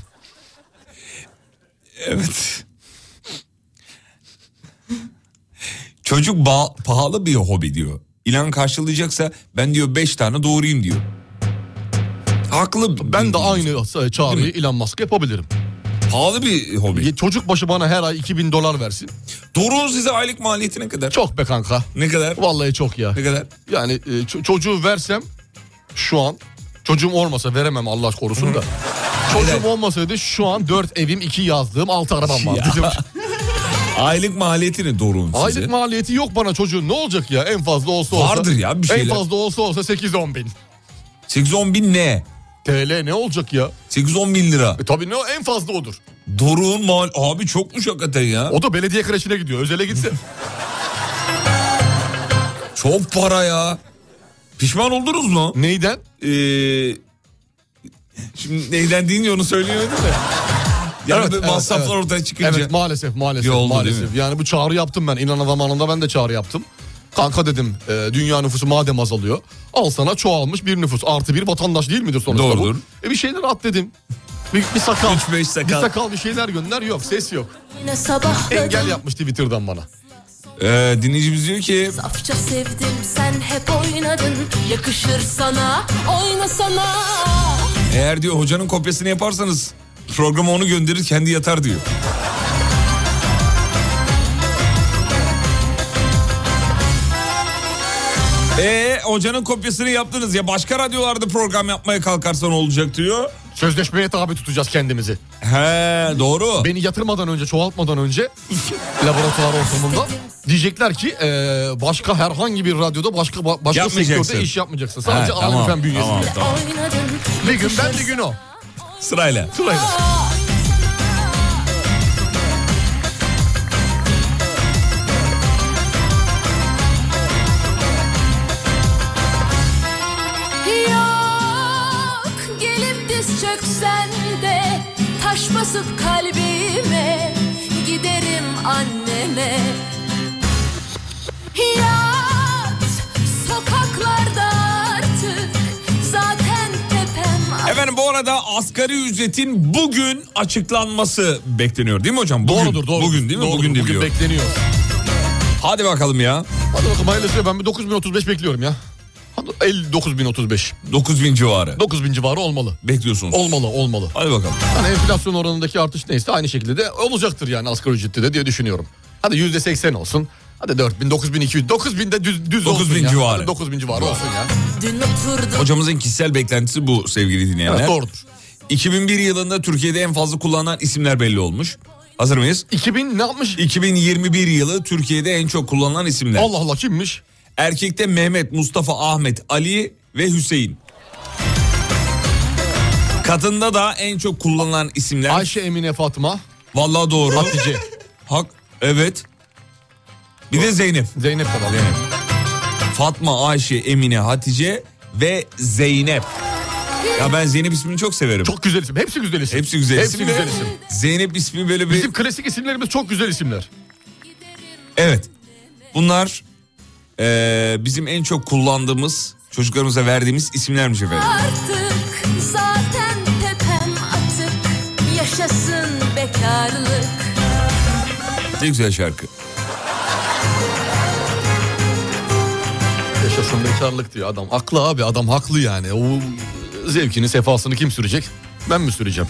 Evet. Çocuk ba- pahalı bir hobi diyor. İlan karşılayacaksa ben diyor beş tane doğurayım diyor. Haklı. Ben de aynı çağrıyı Elon Musk yapabilirim. Pahalı bir hobi. Çocuk başı bana her ay iki bin dolar versin. Doğruğun size aylık maliyeti ne kadar? Çok be kanka. Ne kadar? Vallahi çok ya. Ne kadar? Yani e, ço- çocuğu versem şu an, çocuğum olmasa veremem Allah korusun da. Çocuğum olmasaydı şu an dört evim, iki yazlığım, altı arabam vardı. Aylık maliyeti ne doğruğun size? Aylık maliyeti yok bana çocuğun, ne olacak ya, en fazla olsa olsa. Vardır ya bir şeyler. En fazla olsa olsa sekiz on bin. sekiz on bin ne? T L ne olacak ya? sekiz on bin lira. E tabii ne o, en fazla odur. Doruğun mal... Abi çokmuş hakikaten ya. O da belediye kreşine gidiyor, özele gitse. Çok para ya. Pişman oldunuz mu? Neyden? Ee, şimdi neyden deyince onu söylüyordum da. Yani Evet, evet, evet, masraflar evet. ortaya çıkınca. Evet maalesef maalesef Yoldu, değil maalesef. mi? Yani bu çağrı yaptım ben, İnan zamanında ben de çağrı yaptım. Kanka dedim, e, dünya nüfusu madem azalıyor, al sana çoğalmış bir nüfus, artı bir vatandaş değil midir sonuçta? Doğrudur. Bu? E bir şeyler at dedim. Bir, bir sakal. Üç beş sakal. Bir sakal, bir şeyler gönder, yok ses yok. Yine sabahladım. Engel yapmış Twitter'dan bana. Ee, dinleyicimiz diyor ki Safça sevdim, sen hep oynadın. Yakışır sana, oynasana. eğer diyor hocanın kopyasını yaparsanız programa onu gönderir kendi yatar diyor. Eee hocanın kopyasını yaptınız ya, başka radyolarda program yapmaya kalkarsan olacak diyor. Sözleşmeye tabi tutacağız kendimizi. He doğru. Beni yatırmadan önce, çoğaltmadan önce laboratuvar ortamında diyecekler ki e, başka herhangi bir radyoda başka ba- başka Yapmayacaksın. sektörde iş yapmayacaksın. Sadece He, Alem tamam, Efem bünyesinde. tamam, tamam. Oynadın. Bir gün ben, bir gün o. Sırayla. Sırayla. Yok, gelip diz çöksen de taş basıp kalbime giderim anneme. Yat sokaklarda artık, zaten tepem. Efendim bu arada asgari ücretin bugün açıklanması bekleniyor değil mi hocam? Bugün, Doğrudur, doğrudur. Bugün değil mi? Doğrudur, bugün, bugün diyor. bekleniyor. Hadi bakalım ya. Hadi bakalım hayırlısı, ben bir dokuz bin otuz beş bekliyorum ya. Hadi elli dokuz bin otuz beş. dokuz bin civarı. dokuz bin civarı olmalı. Bekliyorsunuz. Olmalı, olmalı. Hadi bakalım. Hani enflasyon oranındaki artış neyse aynı şekilde de olacaktır yani asgari ücrette de diye düşünüyorum. Hadi yüzde seksen olsun. Hadi dört bin, dokuz bin iki yüz, dokuz bin de düz, düz dokuz olsun bin ya. civarı. Hadi dokuz bin civarı olsun ya. Dün oturdum. Hocamızın kişisel beklentisi bu sevgili dinleyenler. Evet, doğrudur. iki bin bir yılında Türkiye'de en fazla kullanılan isimler belli olmuş. Hazır mıyız? iki bin ne yapmış? iki bin yirmi bir yılı Türkiye'de en çok kullanılan isimler. Allah Allah, kimmiş? Erkekte Mehmet, Mustafa, Ahmet, Ali ve Hüseyin. Kadında da en çok kullanılan isimler. Ayşe, Emine, Fatma, Vallahi doğru. Hatice. Hak, evet. Bir de Zeynep. Zeynep falan. Zeynep. Fatma, Ayşe, Emine, Hatice ve Zeynep. Ya ben Zeynep ismini çok severim. Çok güzel isim. Hepsi güzel isim. Hepsi güzel Hepsi isim. güzel ve isim. Zeynep ismi böyle bir... Bizim klasik isimlerimiz çok güzel isimler. Evet. Bunlar eee, bizim en çok kullandığımız, çocuklarımıza verdiğimiz isimlermiş efendim. Artık zaten tepem atık, yaşasın bekarlık. Ne güzel şarkı. Yaşasın bekarlık diyor adam. Haklı abi, adam haklı yani. O zevkini, sefasını kim sürecek? Ben mi süreceğim?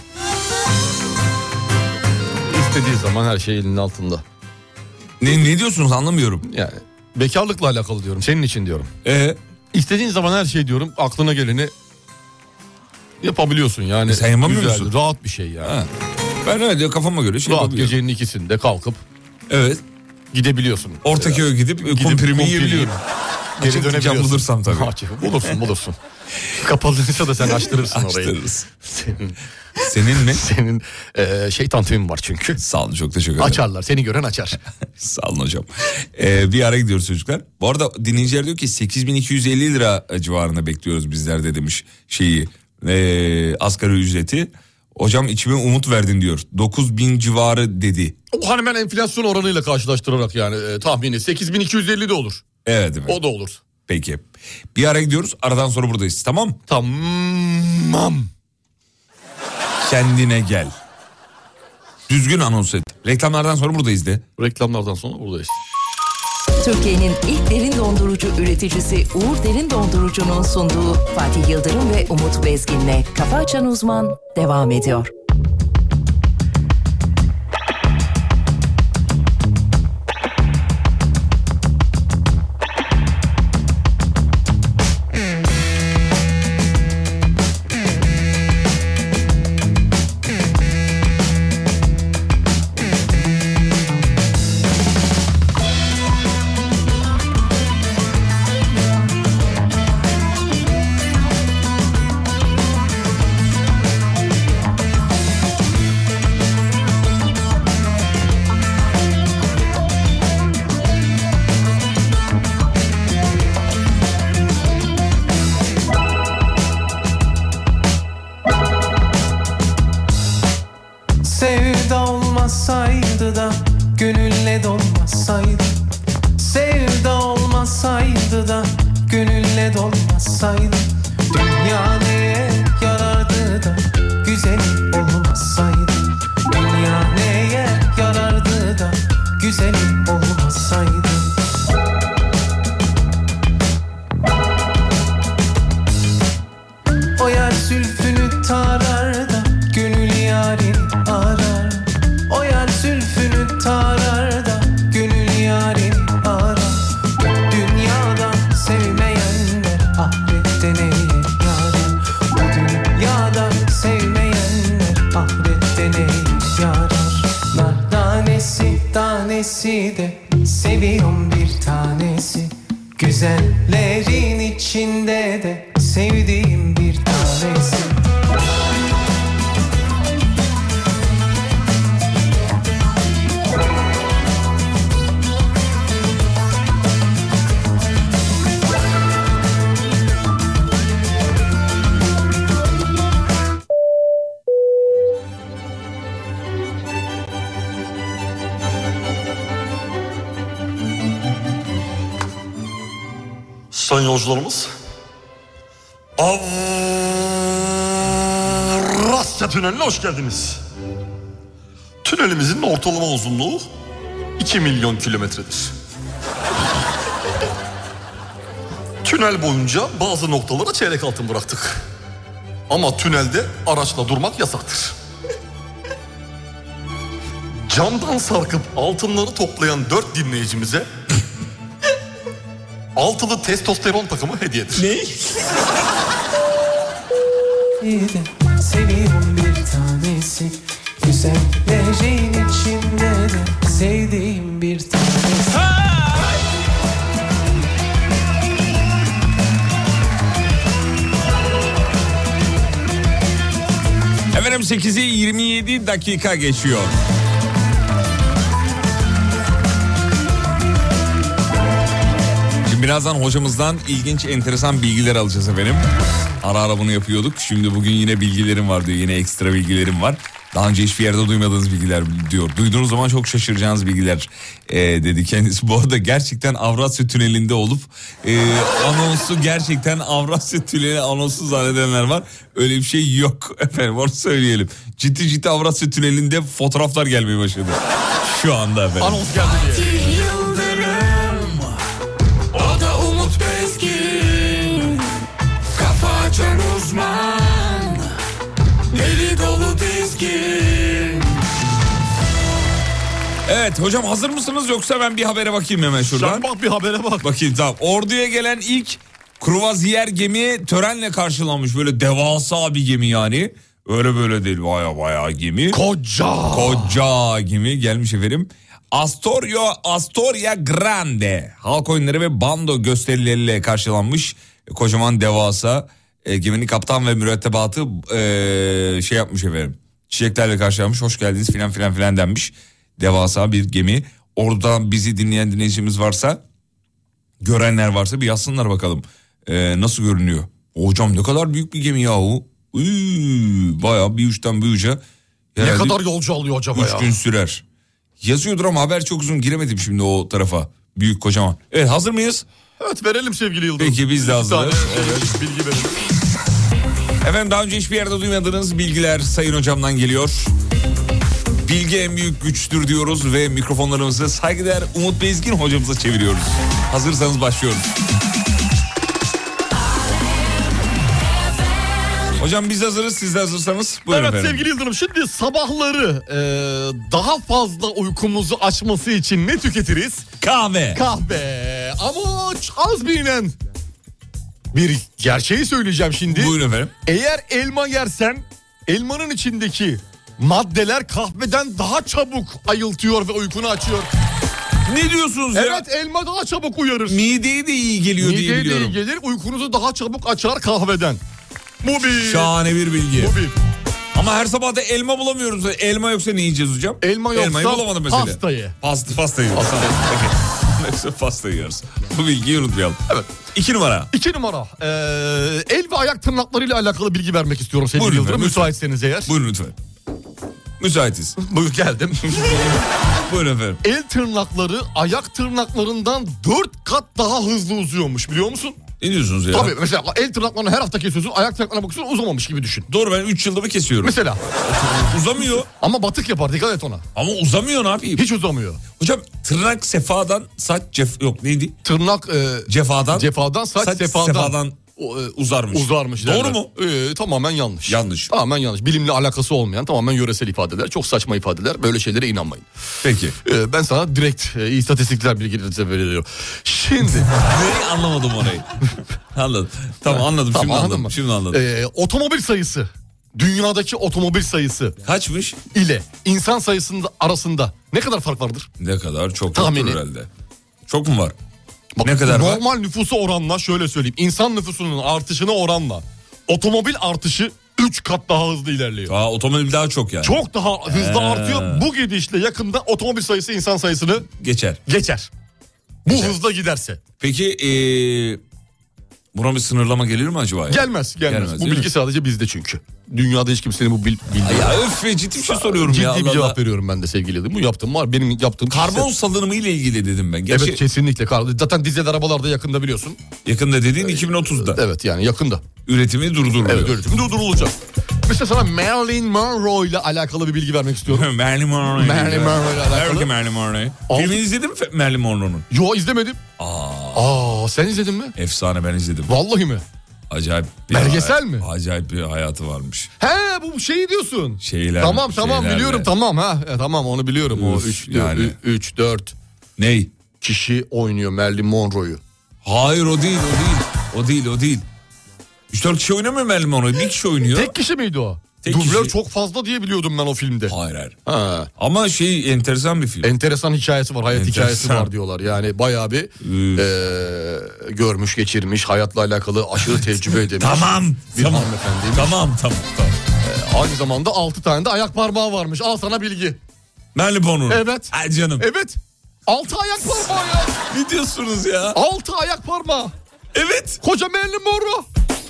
İstediği zaman her şey elinin altında. Ne, ne diyorsunuz anlamıyorum. Yani bekarlıkla alakalı diyorum, senin için diyorum. Ee, İstediğin zaman her şey diyorum, aklına geleni yapabiliyorsun yani. E sen yapamıyor güzel, musun? rahat bir şey yani. ha. Ben öyle kafama göre şey Rahat, yapabiliyorum. gecenin ikisinde kalkıp Evet. gidebiliyorsun. Ortaköy'e gidip, Gidip komprimi kumpir yiyebiliyorum. yiyip, Geri Açık dükkan dönebiliyorsun. bulursam tabii. Açık, bulursun bulursun. Kapalıysa da sen açtırırsın orayı. Açtırırız. Senin, Senin mi? senin e, şeytan tüyün var çünkü. Sağ olun, çok teşekkür ederim. Açarlar, seni gören açar. Sağ olun hocam. Ee, bir ara gidiyoruz çocuklar. Bu arada dinleyiciler diyor ki sekiz bin iki yüz elli lira civarında bekliyoruz bizler de demiş şeyi. E, asgari ücreti. Hocam içime umut verdin diyor. dokuz bin civarı dedi. O hani ben enflasyon oranıyla karşılaştırarak yani e, tahmini sekiz bin iki yüz elli de olur. Evet evet. O da olur. Peki. Bir ara gidiyoruz. Aradan sonra buradayız. Tamam. Tamam. Kendine gel. Düzgün anons et. Reklamlardan sonra buradayız de. Reklamlardan sonra buradayız. Türkiye'nin ilk derin dondurucu üreticisi Uğur Derin Dondurucu'nun sunduğu Fatih Yıldırım ve Umut Bezgin'le Kafa Açan Uzman devam ediyor. Sevda olmasaydı da gönülle dolmasaydı, sevda olmasaydı da gönülle dolmasaydı, dünya neye yarardı da güzel olmasaydı, dünya neye yarardı da güzel olmasaydı. O yer zülfünü tarar da gönül yarini arar. O yer zülfünü tarar da gönül yarini arar. Dünyada sevmeyenler ahirette neye yarar? Bu dünyada sevmeyenler ahirette neye yarar? Nar tanesi tanesi de seviyorum bir tanesi. Güzellerin içinde de sevdiğim bir tanesi. Sayın yolcularımız, Avrasya Tüneli'ne hoş geldiniz. Tünelimizin ortalama uzunluğu iki milyon kilometredir. Tünel boyunca bazı noktalara çeyrek altın bıraktık. Ama tünelde araçla durmak yasaktır. Camdan sarkıp altınları toplayan dört dinleyicimize altılı testosteron takımı hediyedir. Ne? Seviyorum bir tanesi, güzellerin içinde de sevdiğim bir tanesi. Efendim sekizi yirmi yedi dakika geçiyor. Birazdan hocamızdan ilginç, enteresan bilgiler alacağız efendim. Ara ara bunu yapıyorduk. Şimdi bugün yine bilgilerim var diyor. Yine ekstra bilgilerim var. Daha önce hiçbir yerde duymadığınız bilgiler diyor. Duyduğunuz zaman çok şaşıracağınız bilgiler e, dedi kendisi. Bu arada gerçekten Avrasya Tüneli'nde olup e, anonsu gerçekten Avrasya Tüneli anonsu zannedenler var. Öyle bir şey yok efendim, onu söyleyelim. Ciddi ciddi Avrasya Tüneli'nde fotoğraflar gelmeye başladı. Şu anda efendim. Anons geldi diye. Açan uzman, deli dolu dizgin. Evet hocam, hazır mısınız yoksa ben bir habere bakayım hemen şuradan. Sen bak bir habere bak. Bakayım tamam. Ordu'ya gelen ilk kruvaziyer gemi törenle karşılanmış. Böyle devasa bir gemi yani. Öyle böyle değil, baya baya gemi. Koca. Koca gemi gelmiş efendim. Astoria, Astoria Grande halk oyunları ve bando gösterileriyle karşılanmış kocaman devasa e, geminin kaptan ve mürettebatı e, şey yapmış efendim. Çiçeklerle karşılanmış, hoş geldiniz filan filan filan denmiş. Devasa bir gemi. Oradan bizi dinleyen dinleyicimiz varsa, görenler varsa bir yazsınlar bakalım. E, nasıl görünüyor? Hocam ne kadar büyük bir gemi yahu. Üy, bayağı bir uçtan bir uca. Ne kadar yolcu alıyor acaba üç ya? Üç gün sürer. Yazıyordur ama haber çok uzun, giremedim şimdi o tarafa. Büyük kocaman. Evet, hazır mıyız? Evet, verelim sevgili Yıldırım. Peki biz de hazırız. Evet. Bilgi verelim. Efendim, daha önce hiçbir yerde duymadığınız bilgiler Sayın Hocam'dan geliyor. Bilgi en büyük güçtür diyoruz ve mikrofonlarımızı saygıdeğer Umut Bezgin hocamıza çeviriyoruz. Hazırsanız başlıyoruz. Hocam biz hazırız, siz de hazırsanız buyurun evet efendim. Sevgili Yıldırım, şimdi sabahları e, daha fazla uykumuzu açması için ne tüketiriz? Kahve. Kahve. Ama az bilinen bir gerçeği söyleyeceğim şimdi. Buyurun efendim. Eğer elma yersen elmanın içindeki maddeler kahveden daha çabuk ayıltıyor ve uykunu açıyor. Ne diyorsunuz ya? Evet, elma daha çabuk uyarır. Mideye de iyi geliyor diye Mideye de biliyorum. iyi gelir, uykunuzu daha çabuk açar kahveden. Bu bir. Şahane bir bilgi. Bu bir. Ama her sabah da elma bulamıyoruz. Elma yoksa ne yiyeceğiz hocam? Elma yoksa Elmayı bulamadım mesela. pastayı. Pasta, pasta yiyoruz. Pasta. Yoksa pasta yiyoruz. Bu bilgiyi unutmayalım. Evet. İki numara. İki numara. Ee, el ve ayak tırnaklarıyla alakalı bilgi vermek istiyorum sevgili Buyurun Yıldırım. efendim, Müsaitseniz eğer. Buyurun lütfen. Müsaitiz. Buyur, geldim. Buyurun efendim. El tırnakları ayak tırnaklarından dört kat daha hızlı uzuyormuş, biliyor musun? Ne diyorsunuz ya? Tabii, mesela el tırnaklarını her hafta kesiyorsun, ayak tırnaklarına bakıyorsun, uzamamış gibi düşün. Doğru, ben üç yılda bir kesiyorum. Mesela. Uzamıyor. Ama batık yapar, dikkat et ona. Ama uzamıyor, ne yapayım? Hiç uzamıyor. Hocam tırnak sefadan, saç cef... Yok neydi? Tırnak e, Cefadan. cefadan, saç, saç sefadan. sefadan o, e, uzarmış. Uzarmış. Doğru derler. mu? Ee, tamamen yanlış. Yanlış. Tamamen yanlış. Bilimle alakası olmayan tamamen yöresel ifadeler. Çok saçma ifadeler. Böyle şeylere inanmayın. Peki. Ee, ben sana direkt e, istatistikler bilgileri veriyorum. Şimdi. Neyi anlamadım orayı. Anladım. Tamam anladım. Tamam, şimdi anladın anladım. mı? Şimdi anladım. Ee, otomobil sayısı. Dünyadaki otomobil sayısı Kaçmış? ile insan sayısında arasında ne kadar fark vardır? Ne kadar? Çok Tahmini. yoktur herhalde. Çok mu var? Bak, Ne kadar var? normal nüfusu oranla şöyle söyleyeyim. İnsan nüfusunun artışına oranla otomobil artışı üç kat daha hızlı ilerliyor. Aa, otomobil daha çok yani. Çok daha hızlı Ee. artıyor. Bu gidişle yakında otomobil sayısı insan sayısını Geçer. geçer. Bu Geçer. hızla giderse. Peki ee, buna bir sınırlama gelir mi acaba? Ya? Gelmez, gelmez. Gelmez, Bu değil bilgi mi? sadece bizde çünkü. Dünyada hiç kimsenin bu bil, bildiği. Ya öf be, ciddi bir şey soruyorum Ciddi ya. bir Allah cevap Allah. veriyorum ben de sevgili Yıldırım. Bu yaptığım var. Benim yaptığım Karbon kişisel- salınımı ile ilgili dedim ben. Gerçi Evet, kesinlikle. Kar- Zaten dizel arabalarda yakında biliyorsun. yakında dediğin iki bin otuzda. Evet, yani yakında. Üretimi durduruluyor. Evet, üretimi durdurulacak. Mesela sana Marilyn Monroe ile alakalı bir bilgi vermek istiyorum. Marilyn Monroe. Marilyn Monroe ile alakalı. Erken Marilyn Monroe. Altı- Filmini izledin mi Marilyn Monroe'nun? Yo, izlemedim. Aa, Aa, sen izledin mi? efsane, ben izledim. Vallahi mi? Acayip bir Belgesel mi? Acayip bir hayatı varmış. He, bu şeyi diyorsun. Şeyler. Tamam tamam şeylerle. biliyorum, tamam ha. E, tamam, onu biliyorum. O Üf, üç yani. üç dört Ney? kişi oynuyor Marilyn Monroe'yu. Hayır, o değil, o değil. O değil, o değil. üç dört kişi oynamıyor Marilyn Monroe. Bir kişi oynuyor. Tek kişi miydi o? Tek Dublör kişi. çok fazla diye biliyordum ben o filmde. Hayır hayır. Ha. Ama şey, enteresan bir film. Enteresan hikayesi var, hayat Enteresan. hikayesi var diyorlar. Yani bayağı bir Üf. e, görmüş, geçirmiş, hayatla alakalı aşırı tecrübe edilmiş. Tamam. Bir tamam. hanımefendiymiş. Tamam tamam tamam. E, aynı zamanda altı tane de ayak parmağı varmış. Al sana bilgi. Marilyn Monroe. Evet. Ay canım. Evet. Altı ayak parmağı ya. Ne diyorsunuz ya? Altı ayak parmağı. Evet. Koca Marilyn Monroe.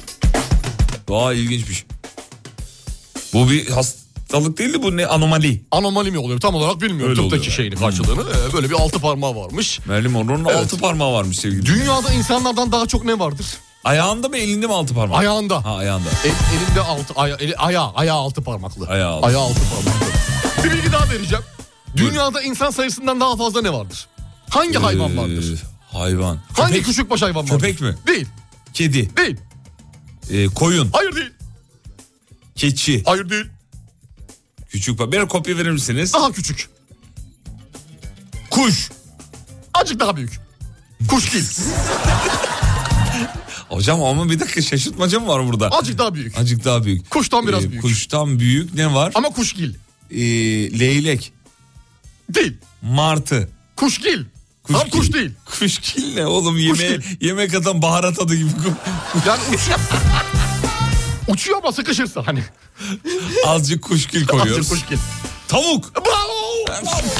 Daha ilginçmiş. Bu bir hastalık değil de bu ne, anomali. Anomali mi oluyor tam olarak bilmiyorum. Öyle Tıptaki oluyor. şeyini, karşılığını. Ee, böyle bir altı parmağı varmış. Marilyn Monroe'nun Evet. altı parmağı varmış sevgili. Dünyada insanlardan daha çok ne vardır? Ayağında mı elinde mi altı parmak? Ayağında. Ha, ayağında. El, elinde altı, aya, eli, ayağı, ayağı altı parmaklı. Ayağı altı. Ayağı altı parmaklı. Bir bilgi daha vereceğim. Dünyada insan sayısından daha fazla ne vardır? Hangi hayvan Ee, vardır? Hayvan. Hangi Köpek, küçükbaş hayvan vardır? köpek mi? Değil, Kedi. değil. Ee, koyun. Hayır değil, Keçi. hayır değil. Küçük. Bir kopya verir misiniz? Daha küçük. Kuş. Azıcık daha büyük. Kuş değil. Hocam ama bir dakika, şaşırtmaca mı var burada? Azıcık daha büyük. Azıcık daha büyük. Kuştan biraz Ee, büyük. Kuştan büyük ne var? Ama kuşgil. Ee, leylek. Değil. Martı. Kuşgil. Tam Kuşgil. kuş değil. Kuşgil ne oğlum? Yemeğe, yemek atan baharat adı gibi. Yani uçuyor. Uçuyor ama sıkışırsa hani. Azıcık kuşgil koyuyoruz. Azıcık kuşgil. Tavuk. Bravo.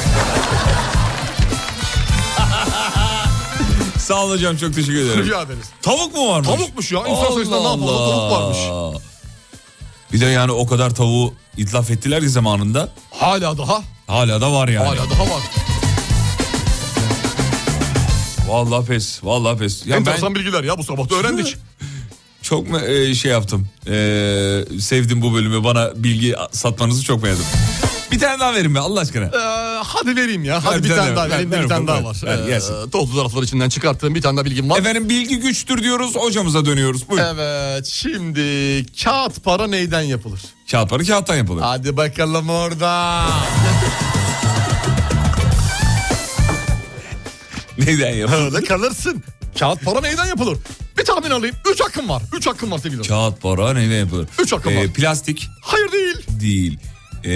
Sağ olun hocam, çok teşekkür ederim. Rica ederiz. Tavuk mu varmış? Tavukmuş ya. İnsan sayısından daha fazla tavuk varmış. Bir de yani o kadar tavuğu itlaf ettiler ki zamanında. Hala daha. Hala da var yani. Hala daha var. Vallahi pes. Vallahi pes. Ya Enteresan ben bilgiler ya bu sabah da öğrendik. çok mu e, şey yaptım. E, sevdim bu bölümü. Bana bilgi satmanızı çok beğendim. Bir tane daha verin be Allah aşkına. Ee, hadi vereyim ya. Hadi Ver, bir bir tane tane daha ver, vereyim. ver, Bir tane ver, daha ver. var. Ver, gelsin. Ee, toplu zarflar içinden çıkarttığım bir tane daha bilgim var. Efendim bilgi güçtür diyoruz. Hocamıza dönüyoruz. Buyurun. Evet, şimdi kağıt para neyden yapılır? Kağıt para kağıttan yapılır. Hadi bakalım orada. Neyden yapılır? Öyle kalırsın. Kağıt para neyden yapılır? Bir tahmin alayım. Üç hakkım var. Üç hakkım var sevgili. Kağıt para neyden yapılır? Üç hakkım var. Plastik Hayır değil. değil. Ee,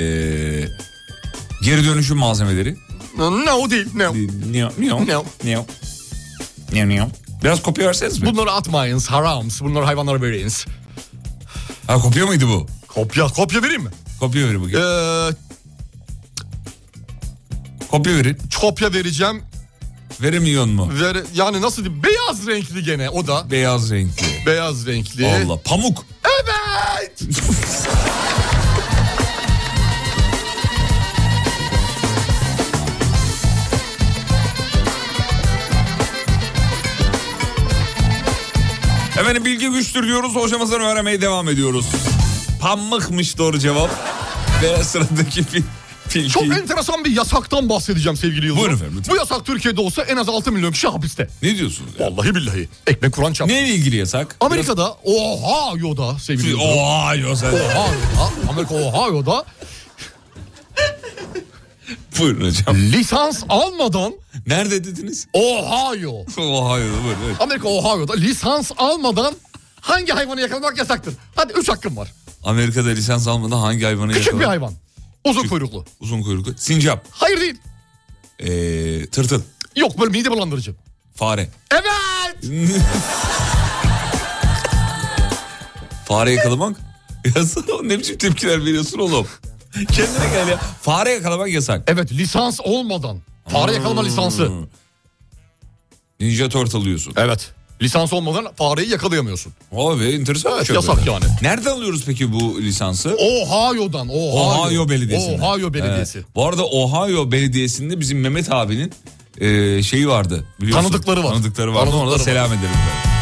geri dönüşüm malzemeleri. Ne o değil. Ne o? Ne o? Ne o? Ne o? Ne o? Ne o? Ne o? Biraz kopya verseniz mi? Bunları atmayınız. Harams. Bunları hayvanlara veriniz. Ha kopya mıydı bu? Kopya. Kopya vereyim mi? Kopya verin bakayım. Ee, Kopya verin. kopya vereceğim. Veremiyor mu? Ver, yani nasıl diyeyim? Beyaz renkli gene o da. Beyaz renkli. Beyaz renkli. Allah. Pamuk. Evet. Efendim bilgi güçtür diyoruz. Hocamızdan öğrenmeye devam ediyoruz. Pamukmuş doğru cevap. Ve sıradaki bir bilgi. Çok enteresan bir yasaktan bahsedeceğim sevgili Yıldırım. Buyurun efendim, lütfen. Bu yasak Türkiye'de olsa en az altı milyon kişi hapiste. Ne diyorsunuz ya? Vallahi billahi. Ekmek Kur'an çarptı. Neyle ilgili yasak? Amerika'da Ohio'da sevgili Biraz... Yıldırım. Oha yok sen. Ohio'da, Amerika Ohio'da Buyurun hocam. lisans almadan Nerede dediniz? Ohio. Oha yok buyurun. Evet. Amerika Ohio'da lisans almadan hangi hayvanı yakalamak yasaktır? Hadi üç hakkım var. Amerika'da lisans almadan hangi hayvanı Küçük yakalar? bir hayvan. Uzun Küçük. kuyruklu. Uzun kuyruklu. Sincap. Hayır değil. Ee, tırtıl. Yok böyle mide bulandırıcı. Fare. Evet. Fare yakalamak? Yasak. Ne biçim tepkiler veriyorsun oğlum? Kendine gel ya. Fare yakalamak yasak. Evet lisans olmadan. Fare yakalama lisansı. Ninja Turtle diyorsun. Evet. Lisans olmadan fareyi yakalayamıyorsun. Abi enteresan Evet, bir şey. yasak böyle. yani. Nereden alıyoruz peki bu lisansı? Ohio'dan. Ohio, Ohio Belediyesi'nden. Ohio Belediyesi. Evet. Bu arada Ohio Belediyesi'nde bizim Mehmet abinin e, şeyi vardı. Biliyorsun. Tanıdıkları var. Tanıdıkları vardı. Ona da Tanıdıkları var. selam edelim.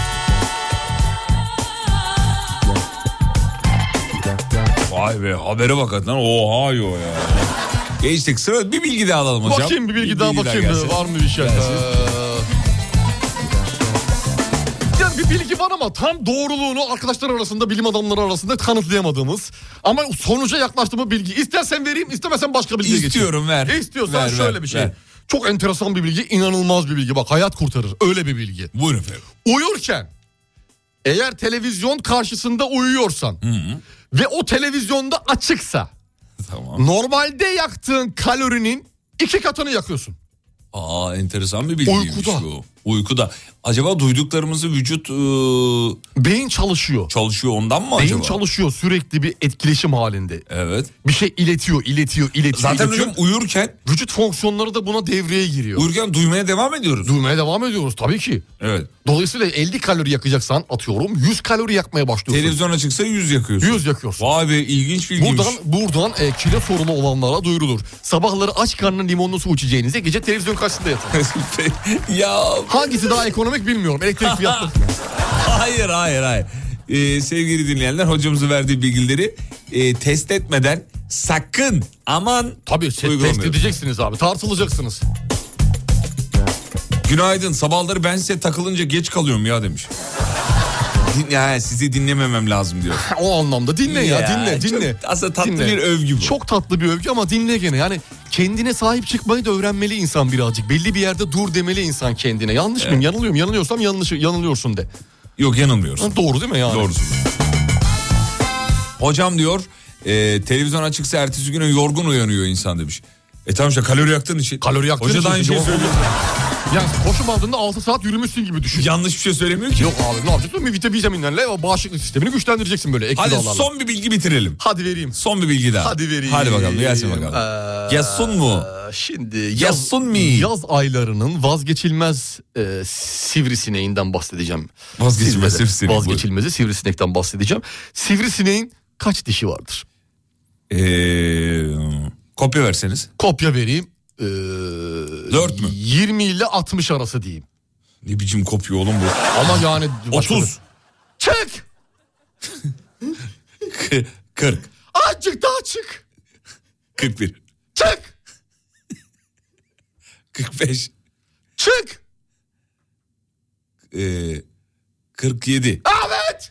Vay be habere bak lan Ohio ya. Geçtik sıra bir bilgi daha alalım hocam. Bakayım bir bilgi daha bakayım. gelsin. Var mı bir şey? Gelsin. Ee, Yani bir bilgi var ama tam doğruluğunu arkadaşlar arasında, bilim adamları arasında kanıtlayamadığımız. Ama sonuca yaklaştığımız bilgi. İstersen vereyim, istemesen başka bilgiye geçeyim. İstiyorum ver. İstiyorsan Ver, şöyle ver, bir şey. ver. Çok enteresan bir bilgi, inanılmaz bir bilgi. Bak hayat kurtarır. Öyle bir bilgi. Buyurun efendim. Uyurken eğer televizyon karşısında uyuyorsan ve o televizyonda açıksa Tamam. normalde yaktığın kalorinin iki katını yakıyorsun. Aa enteresan bir bilgiymiş Uykuda. bu. Uykuda. Acaba duyduklarımızı vücut e, Beyin çalışıyor. çalışıyor ondan mı Beyin acaba? çalışıyor sürekli bir etkileşim halinde. Evet. Bir şey iletiyor, iletiyor, iletiyor. Zaten iletiyor. hocam uyurken Vücut fonksiyonları da buna devreye giriyor. uyurken duymaya devam ediyoruz. Duymaya devam ediyoruz tabii ki. Evet. Dolayısıyla elli kalori yakacaksan atıyorum yüz kalori yakmaya başlıyorsun. Televizyon açıksa yüz yakıyorsun. yüz yakıyorsun. Vay be ilginç bilgiymiş. Buradan buradan e, kilo sorunu olanlara duyurulur. Sabahları aç karnına limonlu su içeceğinize gece televizyon karşısında yatın. ya Hangisi daha ekonomik bilmiyorum. Elektrik fiyatları. hayır hayır hayır. Ee, sevgili dinleyenler hocamızın verdiği bilgileri e, test etmeden sakın aman Tabii se- test uygulamayın. edeceksiniz abi. Tartılacaksınız. Günaydın sabahları ben size takılınca geç kalıyorum ya demiş. Din- ya, sizi dinlememem lazım diyor. O anlamda dinle ya, Ya, dinle çok- dinle. aslında tatlı Dinle. bir övgü bu. Çok tatlı bir övgü ama dinle gene. Yani kendine sahip çıkmayı da öğrenmeli insan birazcık. Belli bir yerde dur demeli insan kendine. Yanlış mıyım? Yanılıyorum. Yanılıyorsam yanlış yanılıyorsun de. Yok yanılmıyorsun. Ha, doğru değil mi yani? Doğrusu. Hocam diyor e, televizyon açıksa ertesi güne yorgun uyanıyor insan demiş. E tamam işte kalori yaktığın için. Kalori yaktığın Hoca için. da aynı şeyi söylüyor. Yani koşu bandında altı saat yürümüşsün gibi düşün. Yanlış bir şey söylemiyor ki. Yok abi ne yapacaksın? Bir vitamin vitaminlerle o bağışıklık sistemini güçlendireceksin böyle. Ek Hadi gıdalarla. son bir bilgi bitirelim. Hadi vereyim. Son bir bilgi daha. Hadi vereyim. Hadi bakalım gelsin bakalım. Ee, Yasun mu? Şimdi yaz, Yasun mu? yaz aylarının vazgeçilmez e, sivrisineğinden bahsedeceğim. Vazgeçilmez Sizlere. sivrisinek. Vazgeçilmezi sivrisinekten bahsedeceğim. Sivrisineğin kaç dişi vardır? Ee, kopya verseniz. Kopya vereyim. Ee, Dört mü? yirmi ile altmış arası diyeyim. Ne biçim kopya oğlum bu? Ama yani... otuz. Çık! kırk. Azıcık daha çık. kırk bir. Çık! kırk beş. Çık! Ee, kırk yedi. Evet!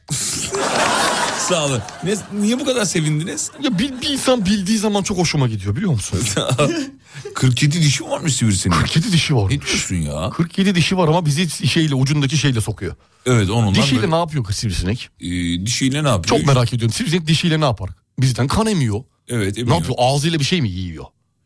Sağ olun. Ne, niye bu kadar sevindiniz? Ya bir, bir insan bildiği zaman çok hoşuma gidiyor biliyor musun? kırk yedi dişi mi varmış sivrisineğin? kırk yedi dişi var. Ne diyorsun ya? kırk yedi dişi var ama bizi şeyle ucundaki şeyle sokuyor. Evet onunla Dişiyle böyle... ne yapıyor sivrisinek? Ee, dişiyle ne yapıyor? Çok merak ediyorum. Sivrisinek dişiyle ne yapar? Bizden kan emiyor. Evet emiyor. Ne yapıyor? Ağzıyla bir şey mi yiyor?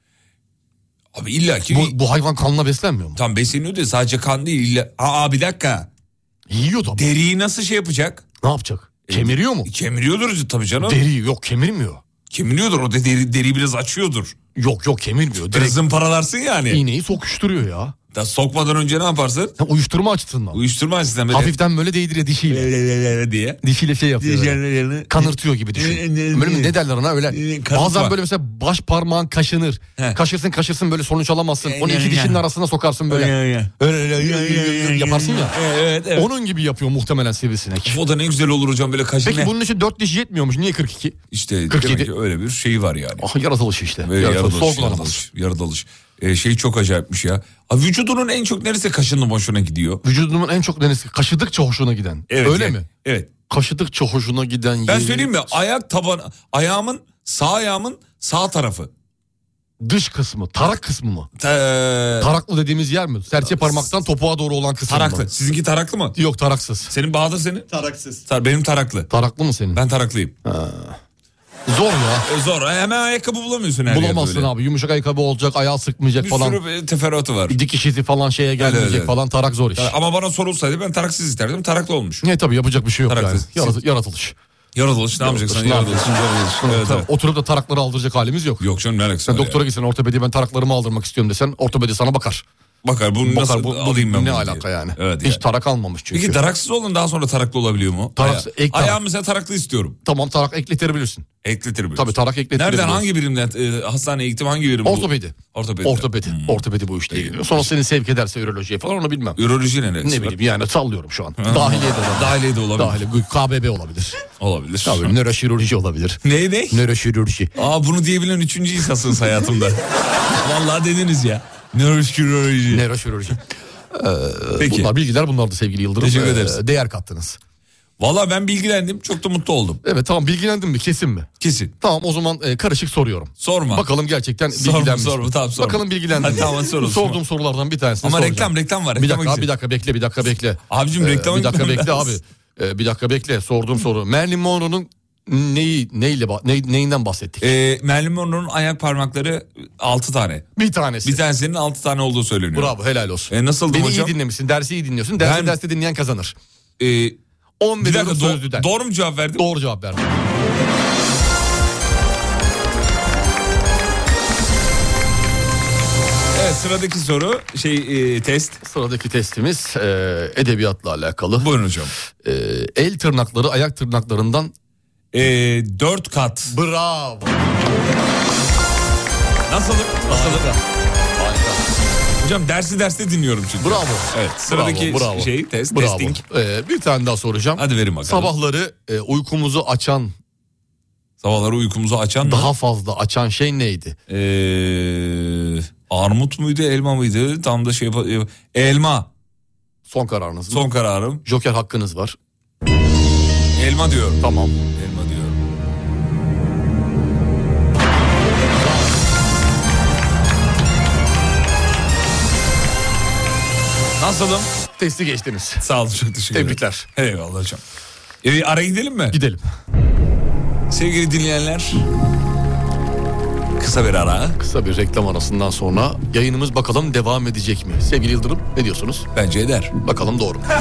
Abi illa ki... Bu, bu hayvan kanla beslenmiyor mu? Tam besleniyor da sadece kan değil. Illa... Aa bir dakika. Yiyor tabii. Deriyi nasıl şey yapacak? Ne yapacak? Kemiriyor mu? Kemiriyordur tabii canım. Deri yok kemirmiyor. Kemiriyordur o da deri, deri biraz açıyordur. Yok yok kemirmiyor. Biraz Direkt zımparalarsın yani. iğneyi sokuşturuyor ya. Da sokmadan önce ne yaparsın? Ha, uyuşturma açısından. Uyuşturma açısından böyle. Hafiften böyle değdiriyor dişiyle. diye. Dişiyle şey yapıyor. Böyle. Kanırtıyor gibi düşün. Böyle mi, ne derler ona öyle. Kanırtma. Bazen böyle mesela baş parmağın kaşınır. He. Kaşırsın kaşırsın böyle sonuç alamazsın. Onu Ya, iki ya, dişinin ya. arasına sokarsın böyle. Öyle yaparsın ya. Evet evet. Onun gibi yapıyor muhtemelen sivrisinek. O da ne güzel olur hocam böyle kaşın. Peki bunun için dört diş yetmiyormuş. Niye kırk iki? İşte kırk demek yedi. ki öyle bir şey var yani. Ah yaratılış işte. Böyle Yaratılış. yaratılış, Sorgulanamaz. yaratılış, yaratılış. Ee, şey çok acayipmiş ya. Abi vücudunun en çok neresi kaşınlı hoşuna gidiyor? Vücudumun en çok neresi? Kaşıdıkça hoşuna giden. Evet, Öyle yani, mi? Evet. Kaşıdıkça hoşuna giden Ben yeri- söyleyeyim mi? Ayak tabanı, ayağımın sağ ayağımın sağ tarafı. Dış kısmı, tarak kısmı mı? Ta- Taraklı dediğimiz yer mi? Serçe parmaktan topuğa doğru olan kısmı taraklı. mı? Sizinki taraklı mı? Yok taraksız. Senin Bahadır senin? Taraksız. Tar- benim taraklı. Taraklı mı senin? Ben taraklıyım. Zor ya. E, zor. Hemen ayakkabı bulamıyorsun her yerde Bulamazsın öyle. abi. Yumuşak ayakkabı olacak, ayağı sıkmayacak Bir falan. sürü teferruatı var. Dikiş izi falan şeye gelmeyecek evet. falan. Tarak zor iş. Ama bana sorulsaydı ben taraksız isterdim. Taraklı olmuş. Ne tabii yapacak bir şey yok Taraksız. yani. Yarat- yaratılış. Yaratılış ne yapacaksın? Ne Yaratılış. yapacaksın? Yaratılış. Evet, Tabii, evet. Oturup da tarakları aldıracak halimiz yok. Yok canım ne alakası Sen var doktora ya. gitsen ortopedi ben taraklarımı aldırmak istiyorum desen ortopedi sana bakar. Bakar bunu Bakar nasıl bu, bu alayım ben ne bunu alaka diye. yani. Evet Hiç yani. tarak almamış çünkü. Peki taraksız olun daha sonra taraklı olabiliyor mu? Taraksız, Aya- ek tarak. Ayağım mesela taraklı istiyorum. Tamam tarak ekletebilirsin. Ekletebiliyorsun. Tabii tarak ekletebilirsin. Nereden hangi birimden e, hastaneye gittim hangi birim bu? Ortopedi. Ortopedi. Ortopedi. Hmm. Ortopedi bu işte ilgileniyor. Sonra seni sevk ederse ürolojiye falan onu bilmem. Üroloji ne neresi Ne var? bileyim yani sallıyorum şu an. Dahiliye de olabilir. Dahiliye de olabilir. Dahiliye. K B B olabilir. Olabilir. Tabii nöroşirurji olabilir. Ne ne? Nöroşirurji. Aa bunu diyebilen üçüncü insansınız hayatımda. Vallahi dediniz ya. Nöroşirurji. Nöroşirurji. Peki. Bunlar bilgiler bunlardı sevgili Yıldırım. Teşekkür ederiz. Değer kattınız. Vallahi ben bilgilendim. Çok da mutlu oldum. Evet tamam bilgilendin mi kesin mi? Kesin. Tamam o zaman e, karışık soruyorum. Sorma. Bakalım gerçekten Sorma, bilgilenmiş sorma, mi? tamam, sorma. Bakalım bilgilendin Hadi mi? tamam, sorun, Sorduğum sorma. sorulardan bir tanesini Ama soracağım. reklam reklam var. Bir reklama dakika gideceğiz. bir dakika bekle bir dakika bekle. Abicim Ee, reklama bir dakika gitmem bekle abi. lazım. Ee, bir dakika bekle sorduğum soru. Marilyn Monroe'nun neyi neyle ba- ne, neyinden bahsettik? Ee, Marilyn Monroe'nun ayak parmakları altı tane. bir tanesi. Bir tanesinin altı tane olduğu söyleniyor. Bravo helal olsun. E, nasıldı Beni hocam? iyi dinlemişsin dersi iyi dinliyorsun. Dersi Ben- derste dinleyen kazanır. Ee, on bir dakika veriyorum do- sözlüden. doğru mu cevap verdim? Doğru cevap verdim. Evet sıradaki soru şey e, test. Sıradaki testimiz e, edebiyatla alakalı. Buyurun hocam. E, el tırnakları ayak tırnaklarından Ee, dört kat. bravo. Nasıl? Nasıl? Harika. Hocam dersi derste dinliyorum çünkü. Bravo. Evet sıradaki Bravo, bravo. şey test, Bravo. testing. Ee, bir tane daha soracağım. Hadi verin bakalım. Sabahları e, uykumuzu açan, Sabahları uykumuzu açan mı? daha fazla açan şey neydi? Ee, armut muydu elma mıydı? Tam da şey yap- elma. Son kararınız mı? Son kararım. Joker hakkınız var. Elma diyorum. Tamam. Elma diyorum. Nasılım? Testi geçtiniz. Sağ olun çok teşekkür ederim. Tebrikler. Eyvallah hocam. Ee, araya gidelim mi? Gidelim. Sevgili dinleyenler. Kısa bir ara. Kısa bir reklam arasından sonra yayınımız bakalım devam edecek mi? Sevgili Yıldırım ne diyorsunuz? Bence eder. Bakalım doğru mu?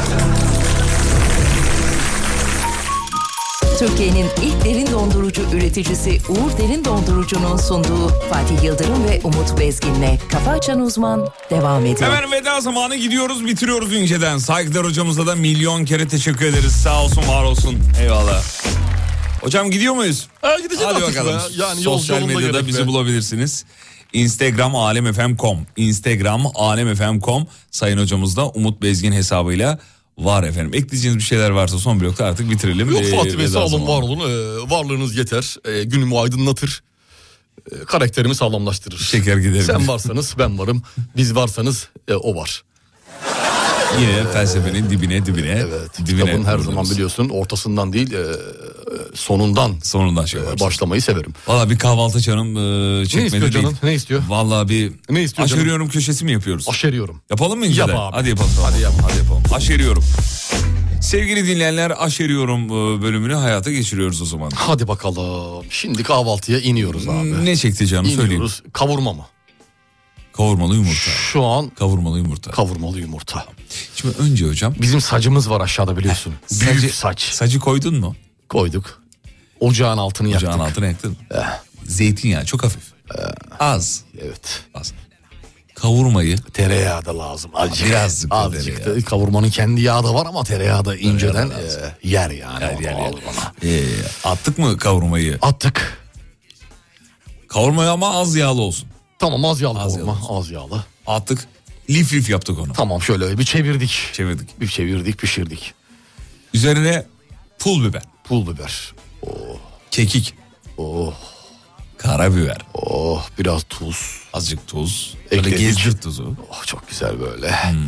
Türkiye'nin ilk derin dondurucu üreticisi Uğur Derin Dondurucu'nun sunduğu Fatih Yıldırım ve Umut Bezgin'le Kafa Açan Uzman devam ediyor. Hemen veda zamanı, gidiyoruz, bitiriyoruz inceden. Saygılar hocamıza da milyon kere teşekkür ederiz. Sağ olsun, var olsun. Eyvallah. Hocam gidiyor muyuz? Ha, gideceğiz Hadi artık bakalım. be. Yani yol Sosyal yolunda medyada gerek bizi be. bulabilirsiniz. Instagram alemfm nokta com. Instagram alemfm nokta com. Sayın hocamız da Umut Bezgin hesabıyla var efendim. Ekleyeceğiniz bir şeyler varsa son blokta artık bitirelim. Yok Ee, Fatih Bey, veda sağ olun, zamanı. var olun. Ee, varlığınız yeter. Ee, günümü aydınlatır. Ee, karakterimi sağlamlaştırır. Şeker giderim. Sen varsanız ben varım. Biz varsanız e, o var. Yine felsefenin dibine dibine. Evet. Dibine Kitabın her vururuz. zaman biliyorsun ortasından değil e, sonundan Sonundan şey e, var. başlamayı severim. Valla bir kahvaltı canım e, çekmedi Ne istiyor değil. canım? Ne istiyor? Valla bir Ne istiyor canım? aşeriyorum köşesi mi yapıyoruz? Aşeriyorum. Yapalım mı inceden? Yap abi. Hadi yapalım. Hadi yapalım. Hadi yapalım. Aşeriyorum. Sevgili dinleyenler, aşeriyorum e, bölümünü hayata geçiriyoruz o zaman. Hadi bakalım. Şimdi kahvaltıya iniyoruz abi. Ne çekti canım söyleyeyim. İniyoruz. Kavurma mı? Kavurmalı yumurta. Şu an Kavurmalı yumurta. kavurmalı yumurta. Şimdi önce hocam. Bizim sacımız var aşağıda biliyorsun. Büyük Sacı- saç. Sacı koydun mu? Koyduk. Ocağın altını yaktık. Ocağın altına yaktın. Zeytinyağı çok hafif. Az. Evet. Az. Kavurmayı Tereyağı da lazım. Azıcık. Birazcık da Azıcık tereyağı. da. Kavurmanın kendi yağı da var ama tereyağı da inceden lazım. e, yer yani. Yer, onu, yer, yer. al bana. Ee, attık mı kavurmayı? Attık. Kavurmayı ama az yağlı olsun. Tamam, az yağlı Az kavurma. yağlı Az yağlı. Attık. Lif lif yaptık onu. Tamam, şöyle bir çevirdik. Çevirdik. Bir çevirdik, pişirdik. Üzerine pul biber, Pul biber. kekik, Oh, karabiber, oh, biraz tuz. azıcık tuz. Böyle Ekledik. gezdir tuzu. Oh, çok güzel böyle. Hmm.